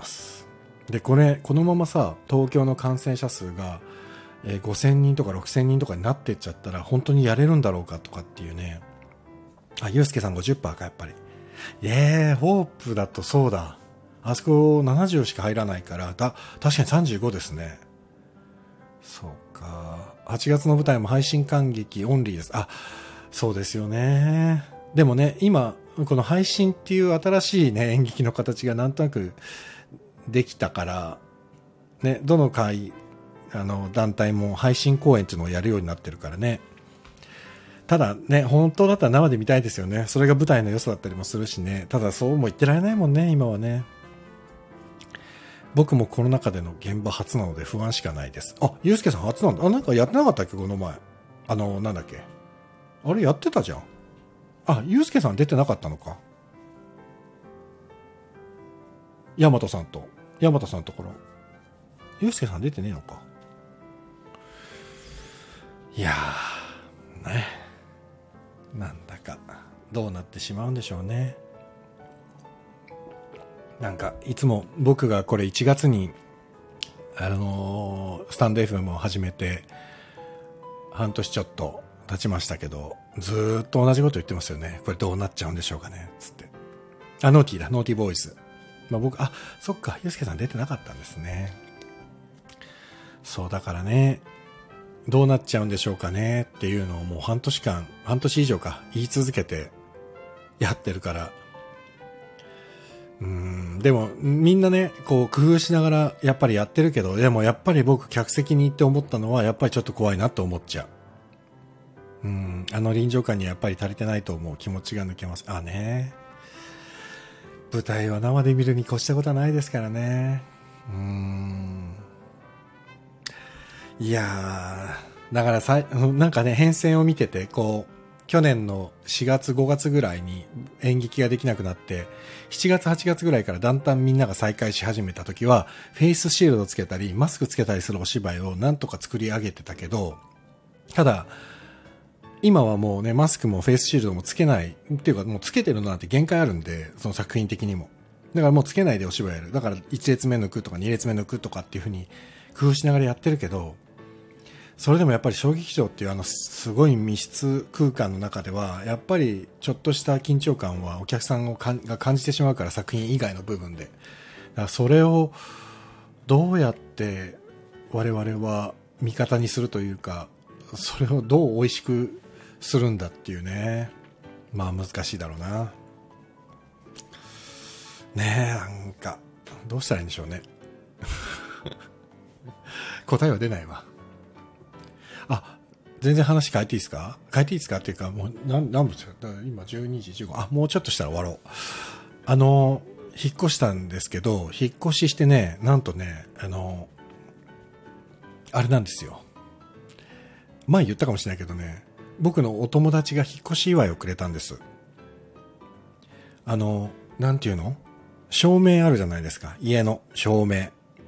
でこのままさ、東京の感染者数が5000人とか6000人とかになってっちゃったら本当にやれるんだろうかとかっていうね。あ、ゆうすけさん 50% かやっぱり。ホープだとそうだ、あそこ70しか入らないから確かに35ですね。そうか、8月の舞台も配信観劇オンリーです。あ、 そうですよね。でもね、今、この配信っていう新しいね、演劇の形がなんとなくできたから、ね、どの会、団体も配信公演っていうのをやるようになってるからね。ただね、本当だったら生で見たいですよね。それが舞台の良さだったりもするしね。ただそうも言ってられないもんね、今はね。僕もコロナ禍での現場初なので不安しかないです。あ、ゆうすけさん初なんだ。あ、なんかやってなかったっけこの前。なんだっけ。あれやってたじゃん。あ、ゆうすけさん出てなかったのか。ヤマトさんところ。ゆうすけさん出てねえのか。いやー、ね。なんだか、どうなってしまうんでしょうね。なんか、いつも僕がこれ1月に、スタンド FM を始めて、半年ちょっと経ちましたけど、ずーっと同じこと言ってますよね。これどうなっちゃうんでしょうかね。つって。あ、ノーティーだ、ノーティーボーイズ。まあ僕、あ、そっか、ゆうすけさん出てなかったんですね。そうだからね、どうなっちゃうんでしょうかねっていうのをもう半年以上か、言い続けてやってるから。でもみんなね、こう工夫しながらやっぱりやってるけど、でもやっぱり僕客席に行って思ったのはやっぱりちょっと怖いなと思っちゃう。臨場感にやっぱり足りてないと思う気持ちが抜けます。あね。舞台は生で見るに越したことはないですからね。いやー、だからなんかね、変遷を見てて、こう、去年の4月5月ぐらいに演劇ができなくなって、7月8月ぐらいからだんだんみんなが再開し始めた時は、フェイスシールドつけたり、マスクつけたりするお芝居をなんとか作り上げてたけど、ただ、今はもうね、マスクもフェイスシールドもつけない、っていうかもうつけてるのなんて限界あるんで、その作品的にも。だからもうつけないでお芝居やる。だから1列目抜くとか2列目抜くとかっていう風に工夫しながらやってるけど、それでもやっぱり小劇場っていうすごい密室空間の中ではやっぱりちょっとした緊張感はお客さんが感じてしまうから、作品以外の部分で。だからそれをどうやって我々は味方にするというか、それをどう美味しくするんだっていうね。まあ難しいだろうな。ねえ、なんかどうしたらいいんでしょうね。答えは出ないわ。あ、全然話変えていいですかっていうか、もう何分ですか。今12時15分。あ、もうちょっとしたら終わろう。引っ越したんですけど、引っ越ししてね、なんとね、あれなんですよ。前言ったかもしれないけどね、僕のお友達が引っ越し祝いをくれたんです。なんていうの？照明あるじゃないですか。家の照明。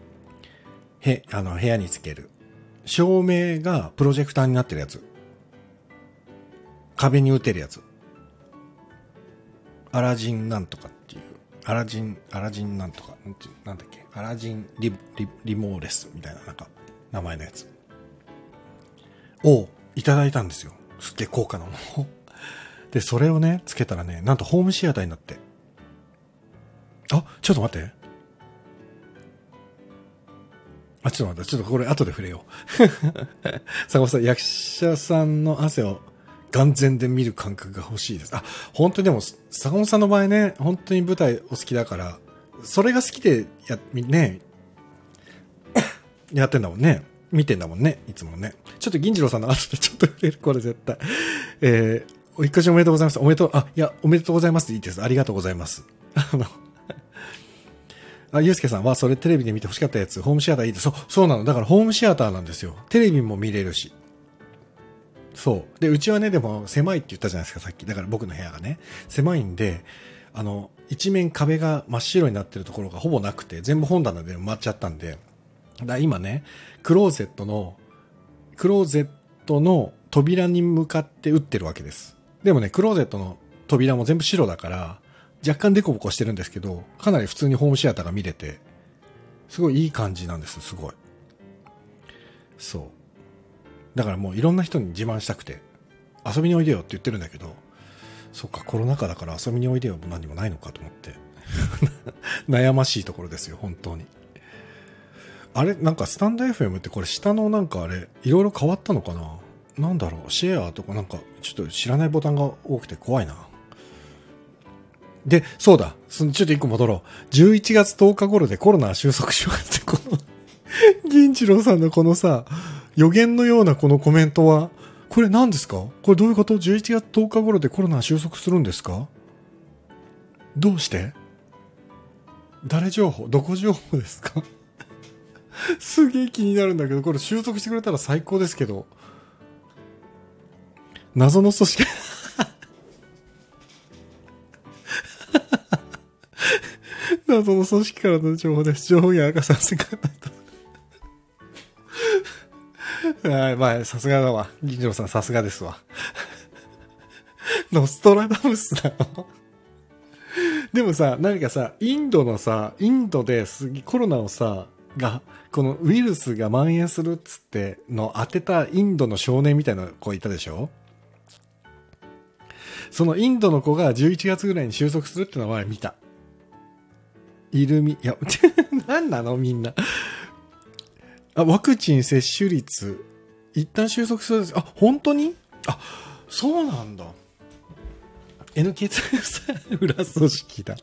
部屋につける。照明がプロジェクターになってるやつ。壁に打てるやつ。アラジンなんとかっていう。アラジンなんとか。なんだっけ。アラジンリモーレスみたいな、なんか、名前のやつ。をいただいたんですよ。すっげえ高価なもの。で、それをね、つけたらね、なんとホームシアターになって。あ、ちょっと待って。あ、ちょっと待って、ちょっとこれ後で触れよう。坂本さん、役者さんの汗を眼前で見る感覚が欲しいです。あ、本当にでも、坂本さんの場合ね、本当に舞台お好きだから、それが好きでね、やってんだもんね。見てんだもんね、いつもね。ちょっと銀次郎さんの後でちょっと触れる、これ絶対。お引っ越しおめでとうございます。おめでとうございますでいいです。ありがとうございます。ゆうすけさんはそれテレビで見て欲しかったやつ、ホームシアターいいです。そうなの。だからホームシアターなんですよ。テレビも見れるし。そう。で、うちはね、でも狭いって言ったじゃないですか、さっき。だから僕の部屋がね、狭いんで、一面壁が真っ白になってるところがほぼなくて、全部本棚で埋まっちゃったんで、だから今ね、クローゼットの扉に向かって打ってるわけです。でもね、クローゼットの扉も全部白だから、若干デコボコしてるんですけど、かなり普通にホームシアターが見れて、すごいいい感じなんです、すごい。そう。だからもういろんな人に自慢したくて、遊びにおいでよって言ってるんだけど、そっか、コロナ禍だから遊びにおいでよも何にもないのかと思って。悩ましいところですよ、本当に。あれ、なんかスタンド FM ってこれ下のなんかあれ、いろいろ変わったのかな？ なんだろう、シェアとかなんか、ちょっと知らないボタンが多くて怖いな。で、そうだ、ちょっと一個戻ろう。11月10日頃でコロナは収束しますって、この、銀次郎さんのこのさ、予言のようなこのコメントは、これ何ですか？これどういうこと？ 11 月10日頃でコロナは収束するんですか？どうして？誰情報？どこ情報ですか？すげえ気になるんだけど、これ収束してくれたら最高ですけど。謎の組織謎の組織からの情報です。情報や赤さすがだと。まあ、さすがだわ。銀次郎さんさすがですわ。ノストラダムスだよ。でもさ、何かさ、インドですコロナをさ、このウイルスが蔓延するっつっての当てたインドの少年みたいな子いたでしょ？そのインドの子が11月ぐらいに収束するってのは見た。いや、何なのみんな。ワクチン接種率、一旦収束するんです。本当に？そうなんだ。NK2 裏組織だ。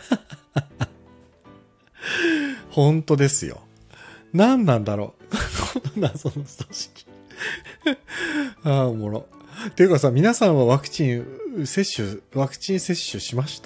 本当ですよ。何なんだろう。この謎の組織。おもろ。ていうかさ、皆さんはワクチン接種しました？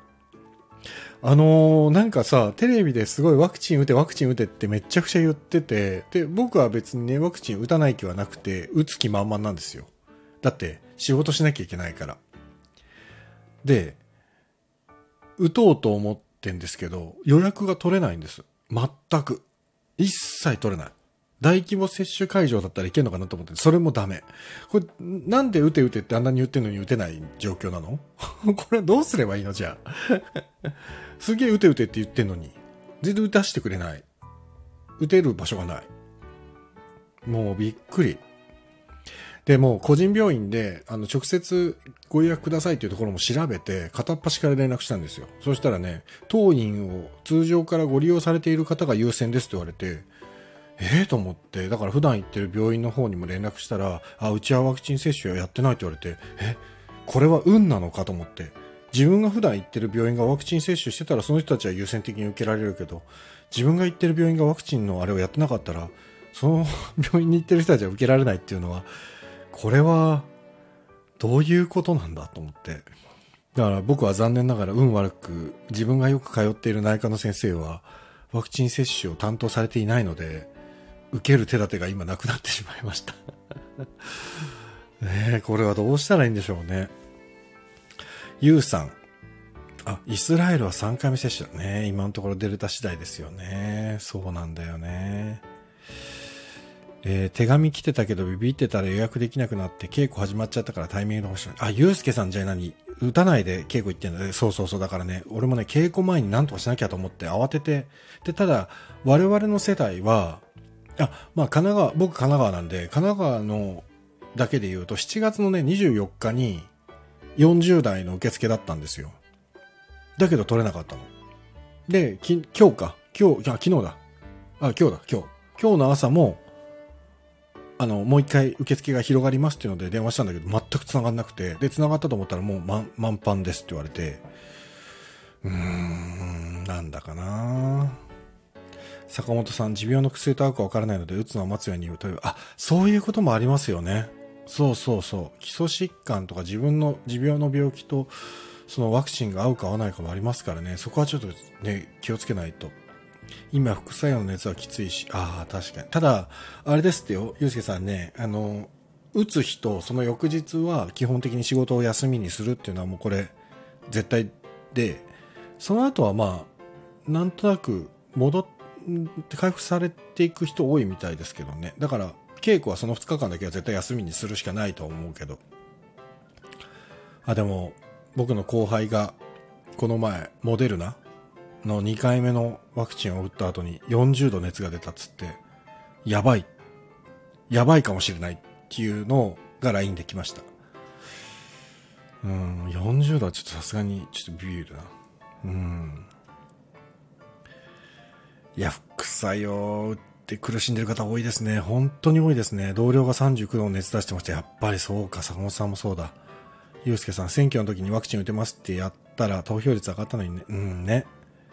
なんかさ、テレビですごいワクチン打てってめっちゃくちゃ言ってて、で、僕は別にね、ワクチン打たない気はなくて、打つ気満々なんですよ。だって、仕事しなきゃいけないから。で、打とうと思ってんですけど、予約が取れないんです。全く。一切取れない。大規模接種会場だったらいけんのかなと思って、それもダメ。これ、なんで打てってあんなに言ってんのに打てない状況なの？これはどうすればいいのじゃあ。すげえ打てって言ってんのに、全然打たしてくれない。打てる場所がない。もうびっくり。で、もう個人病院で、直接ご予約くださいっていうところも調べて、片っ端から連絡したんですよ。そしたらね、当院を通常からご利用されている方が優先ですって言われて、と思って、だから普段行ってる病院の方にも連絡したら、うちはワクチン接種はやってないって言われて、これは運なのかと思って、自分が普段行ってる病院がワクチン接種してたらその人たちは優先的に受けられるけど、自分が行ってる病院がワクチンのあれをやってなかったら、その病院に行ってる人たちは受けられないっていうのは、これはどういうことなんだと思って。だから僕は残念ながら運悪く、自分がよく通っている内科の先生はワクチン接種を担当されていないので、受ける手立てが今なくなってしまいました。これはどうしたらいいんでしょうね。ゆうさん。イスラエルは3回目接種だね。今のところデルタ次第ですよね。そうなんだよね。手紙来てたけどビビってたら予約できなくなって稽古始まっちゃったからタイミングで欲しい。ゆうすけさんじゃあ何？打たないで稽古行ってんだね。そう。だからね、俺もね、稽古前に何とかしなきゃと思って慌てて。で、ただ、我々の世代は、僕神奈川なんで、神奈川のだけで言うと、7月のね、24日に40代の受付だったんですよ。だけど取れなかったの。で、昨日だ。今日の朝も、もう一回受付が広がりますっていうので電話したんだけど、全く繋がんなくて、で、繋がったと思ったらもう満帆ですって言われて、なんだかな。坂本さん、持病の薬と合うか分からないので、打つのを待つように言うという、そういうこともありますよね。そう。基礎疾患とか自分の持病の病気と、そのワクチンが合うか合わないかもありますからね、そこはちょっとね、気をつけないと。今、副作用の熱はきついし、確かに。ただ、あれですってよ、ゆうすけさんね、打つ日とその翌日は基本的に仕事を休みにするっていうのはもうこれ、絶対で、その後はなんとなく回復されていく人多いみたいですけどね。だから、稽古はその2日間だけは絶対休みにするしかないと思うけど。でも、僕の後輩が、この前、モデルナの2回目のワクチンを打った後に40度熱が出たっつって、やばいかもしれないっていうのが LINE で来ました。40度はちょっとさすがにちょっとビビるな。いや、副作用で苦しんでる方多いですね。本当に多いですね。同僚が39度の熱出してました。やっぱりそうか、坂本さんもそうだ。ゆうすけさん、選挙の時にワクチン打てますってやったら投票率上がったのにね。うんね。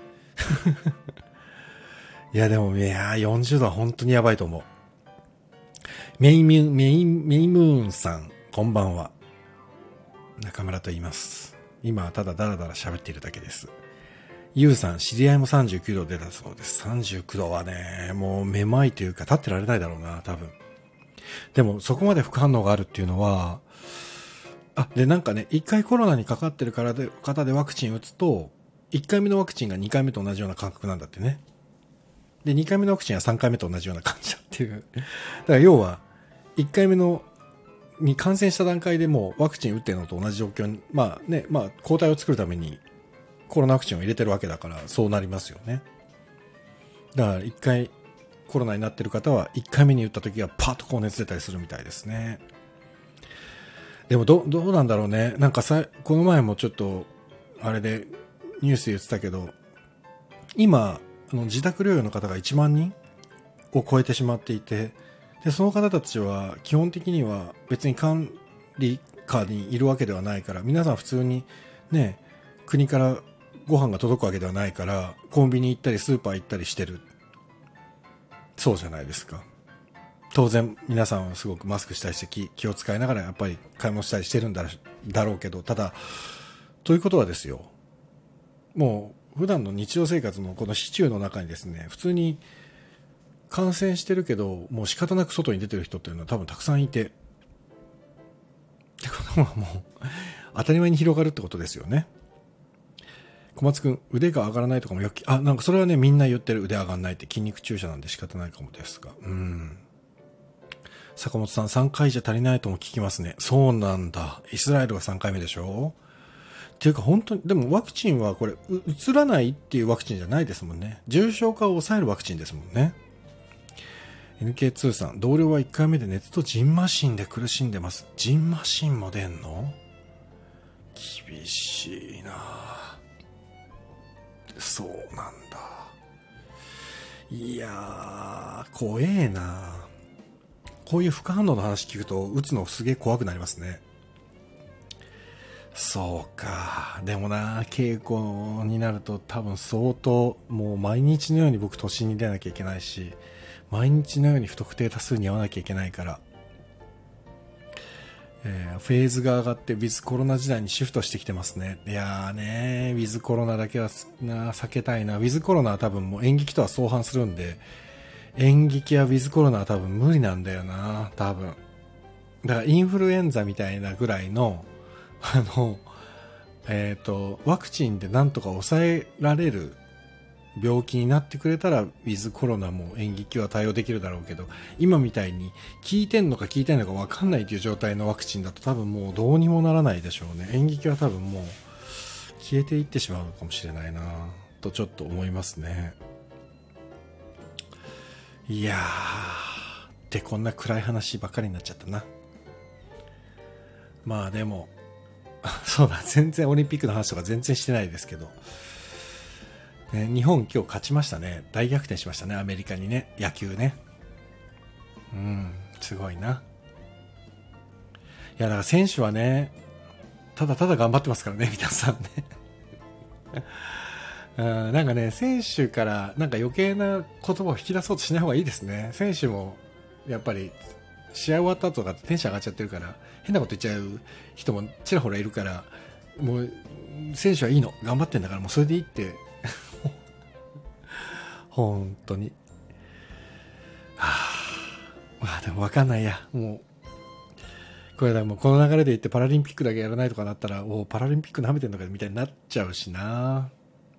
いやでも、いや40度は本当にやばいと思う。メイムーンさん、こんばんは。中村と言います。今はただダラダラ喋っているだけです。ゆうさん、知り合いも39度出たそうです。39度はね、もうめまいというか立ってられないだろうな、多分。でも、そこまで副反応があるっていうのは、で、なんかね、1回コロナにかかってる方でワクチン打つと、1回目のワクチンが2回目と同じような感覚なんだってね。で、2回目のワクチンは3回目と同じような感じだっていう。だから要は、1回目に感染した段階でもうワクチン打ってるのと同じ状況に、抗体を作るためにコロナワクチンを入れてるわけだから、そうなりますよね。だから1回コロナになってる方は1回目に打った時はパッと高熱出たりするみたいですね。でもどうなんだろうね。なんかこの前もちょっとあれでニュースで言ってたけど、今自宅療養の方が1万人を超えてしまっていて、でその方たちは基本的には別に管理下にいるわけではないから、皆さん普通にね、国からご飯が届くわけではないから、コンビニ行ったりスーパー行ったりしてる。そうじゃないですか。当然皆さんはすごくマスクしたりして気を使いながらやっぱり買い物したりしてるんだろうけど、ただということはですよ、もう普段の日常生活のこの市中の中にですね、普通に感染してるけどもう仕方なく外に出てる人っていうのは多分たくさんいて、ってことはもう当たり前に広がるってことですよね。小松くん、腕が上がらないとかもなんかそれはね、みんな言ってる。腕上がらないって筋肉注射なんで仕方ないかもですが。坂本さん、3回じゃ足りないとも聞きますね。そうなんだ。イスラエルが3回目でしょっていうか本当に、でもワクチンはこれ、移らないっていうワクチンじゃないですもんね。重症化を抑えるワクチンですもんね。NK2 さん、同僚は1回目で熱とジンマシンで苦しんでます。ジンマシンも出んの？厳しいな。そうなんだ。いやー、怖えな。こういう副反応の話聞くと打つのすげえ怖くなりますね。そうか。でもな、稽古になると多分相当、もう毎日のように僕都心に出なきゃいけないし、毎日のように不特定多数に会わなきゃいけないから、フェーズが上がってウィズコロナ時代にシフトしてきてますね。いやーね、ウィズコロナだけは避けたいな。ウィズコロナは多分もう演劇とは相反するんで、演劇やウィズコロナは多分無理なんだよな、多分。だからインフルエンザみたいなぐらいのワクチンでなんとか抑えられる病気になってくれたらウィズコロナも演劇は対応できるだろうけど、今みたいに効いてんのか効いてないのか分かんないという状態のワクチンだと多分もうどうにもならないでしょうね。演劇は多分もう消えていってしまうのかもしれないなとちょっと思いますね。いやー、でこんな暗い話ばっかりになっちゃったな。まあでもそうだ、全然オリンピックの話とか全然してないですけど、日本今日勝ちましたね。大逆転しましたね、アメリカにね。野球ね。すごいな。いやだから選手はね、ただただ頑張ってますからね、皆さんね。なんかね、選手からなんか余計な言葉を引き出そうとしない方がいいですね。選手もやっぱり試合終わった後とかテンション上がっちゃってるから、変なこと言っちゃう人もちらほらいるから、もう選手はいいの、頑張ってんだからもうそれでいいって本当に。まあでも分かんないや。もうこれだ、もうこの流れで言ってパラリンピックだけやらないとかなったら、パラリンピック舐めてんのかみたいになっちゃうしな。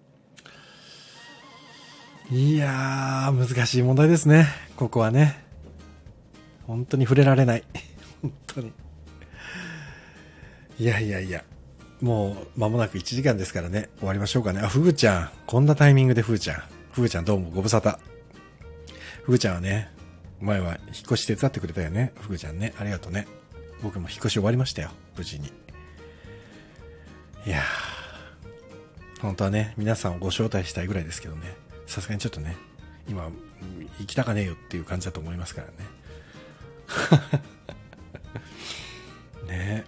いやー、難しい問題ですね、ここはね。本当に触れられない本当に。いやいやいや、もう間もなく1時間ですからね、終わりましょうかね。ふぐちゃん、こんなタイミングでふぐちゃんどうもご無沙汰。ふぐちゃんはね、前は引っ越し手伝ってくれたよね。ふぐちゃんね、ありがとうね。僕も引っ越し終わりましたよ、無事に。いやー、本当はね、皆さんをご招待したいぐらいですけどね、さすがにちょっとね、 今行きたかねえよっていう感じだと思いますからね。ね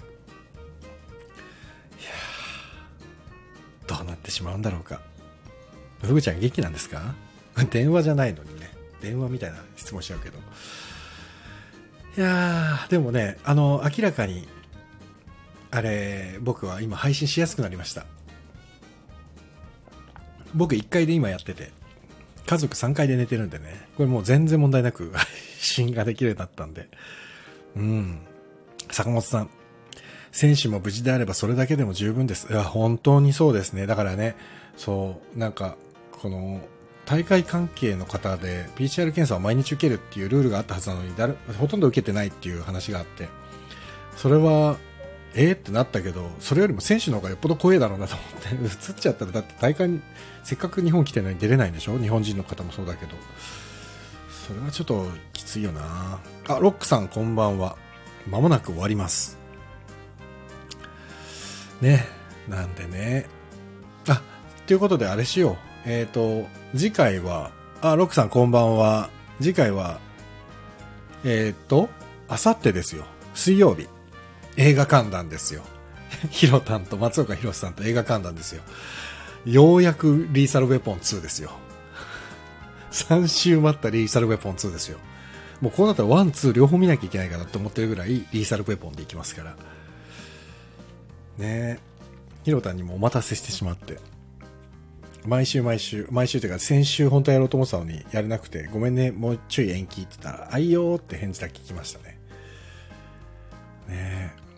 え、いやどうなってしまうんだろうか。ふぐちゃん元気なんですか？電話じゃないのにね、電話みたいな質問しちゃうけど、いやーでもね、明らかにあれ僕は今配信しやすくなりました。僕1階で今やってて、家族3階で寝てるんでね、これもう全然問題なく配信ができるようになったんで、坂本さん、選手も無事であればそれだけでも十分です。いや本当にそうですね。だからね、そうなんかこの大会関係の方で PCR 検査を毎日受けるっていうルールがあったはずなのにほとんど受けてないっていう話があって、それはってなったけど、それよりも選手の方がよっぽど怖いだろうなと思って、映っちゃったらだって大会にせっかく日本来てるのに出れないんでしょ。日本人の方もそうだけど、それはちょっときついよな。あ、ロックさんこんばんは。間もなく終わりますね。なんでね、ということであれしよう。次回は、ロックさんこんばんは。次回はあさってですよ、水曜日、映画観覧ですよ。ヒロタンと松岡弘さんと映画観覧ですよ。ようやくリーサルウェポン2ですよ。3週待ったリーサルウェポン2ですよ。もうこうなったら1、2両方見なきゃいけないかなって思ってるぐらいリーサルウェポンでいきますから。ねえ。ヒロタンにもお待たせしてしまって。毎週というか先週本当はやろうと思ってたのにやれなくて、ごめんね、もうちょい延期って言ったら、あいよーって返事だけ聞きましたね。ねえ。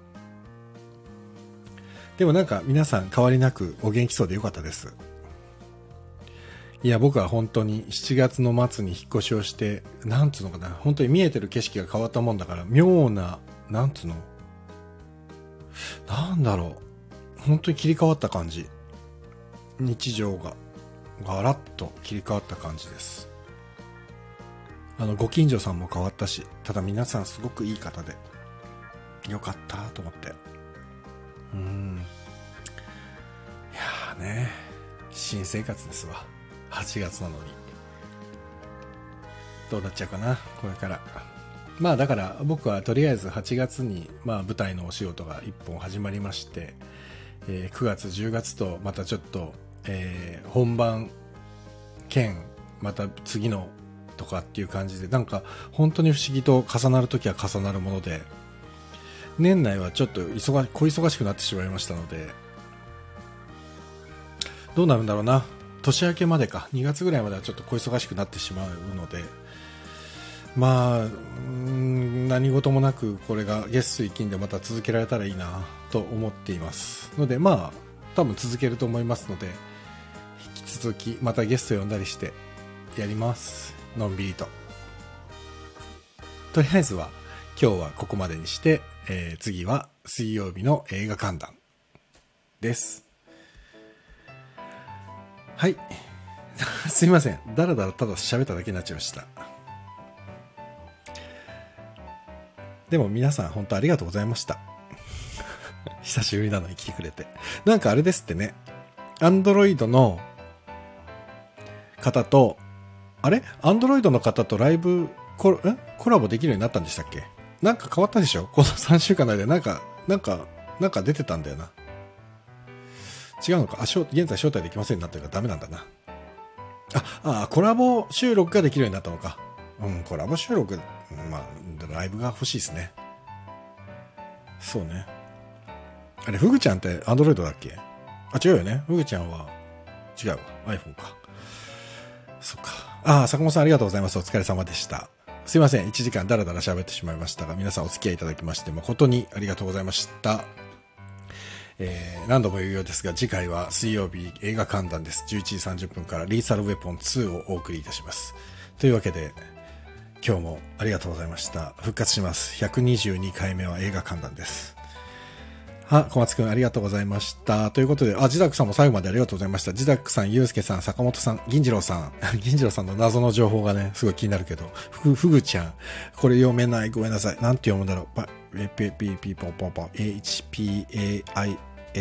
でもなんか皆さん変わりなくお元気そうでよかったです。いや僕は本当に7月の末に引っ越しをして、なんつうのかな、本当に見えてる景色が変わったもんだから、妙な、なんつうの、なんだろう、本当に切り替わった感じ。日常がガラッと切り替わった感じです。ご近所さんも変わったし、ただ皆さんすごくいい方でよかったと思って。いやーね、新生活ですわ。8月なのにどうなっちゃうかなこれから。まあだから僕はとりあえず8月に舞台のお仕事が1本始まりまして、9月10月とまたちょっと、本番兼また次のとかっていう感じで、なんか本当に不思議と重なるときは重なるもので、年内はちょっと小忙しくなってしまいましたので、どうなるんだろうな。年明けまでか、2月ぐらいまではちょっと小忙しくなってしまうので、何事もなくこれが月水金でまた続けられたらいいなと思っていますので、多分続けると思いますので、引き続きまたゲスト呼んだりしてやります。のんびりと。とりあえずは今日はここまでにして、次は水曜日の映画観覧です。はいすいません、だらだらただ喋っただけになっちゃいました。でも皆さん本当ありがとうございました久しぶりなのに来てくれて。なんかあれですってね、アンドロイドの方とライブコラボできるようになったんでしたっけ。なんか変わったでしょこの3週間の間で。なんか出てたんだよな。違うのか。現在招待できませんになってるからダメなんだな。コラボ収録ができるようになったのか。コラボ収録、ライブが欲しいですね。そうね。あれ、フグちゃんってアンドロイドだっけ。違うよね。フグちゃんは違うわ。iPhone か。そっか。坂本さんありがとうございます。お疲れ様でした。すいません。1時間だらだら喋ってしまいましたが、皆さんお付き合いいただきまして誠にありがとうございました。何度も言うようですが、次回は水曜日映画観覧です。11時30分からリーサルウェポン2をお送りいたします。というわけで、今日もありがとうございました。復活します。122回目は映画観覧です。小松くんありがとうございました。ということで、ジダックさんも最後までありがとうございました。ジダックさん、ユウスケさん、坂本さん、銀次郎さん。銀次郎さんの謎の情報がね、すごい気になるけど、フグちゃん。これ読めない。ごめんなさい。なんて読むんだろ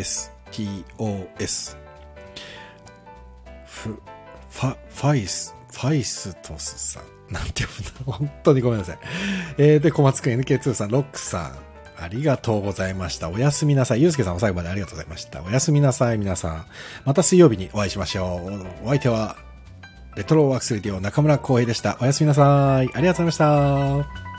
う。HPAISTOS。フファイストスさん。なんて読むんだ。本当にごめんなさい。で、小松くん NK2 さん、ロックさん。ありがとうございました。おやすみなさい。ゆうすけさんも最後までありがとうございました。おやすみなさい、皆さん。また水曜日にお会いしましょう。お相手は、レトロワークスレディオ中村浩平でした。おやすみなさい。ありがとうございました。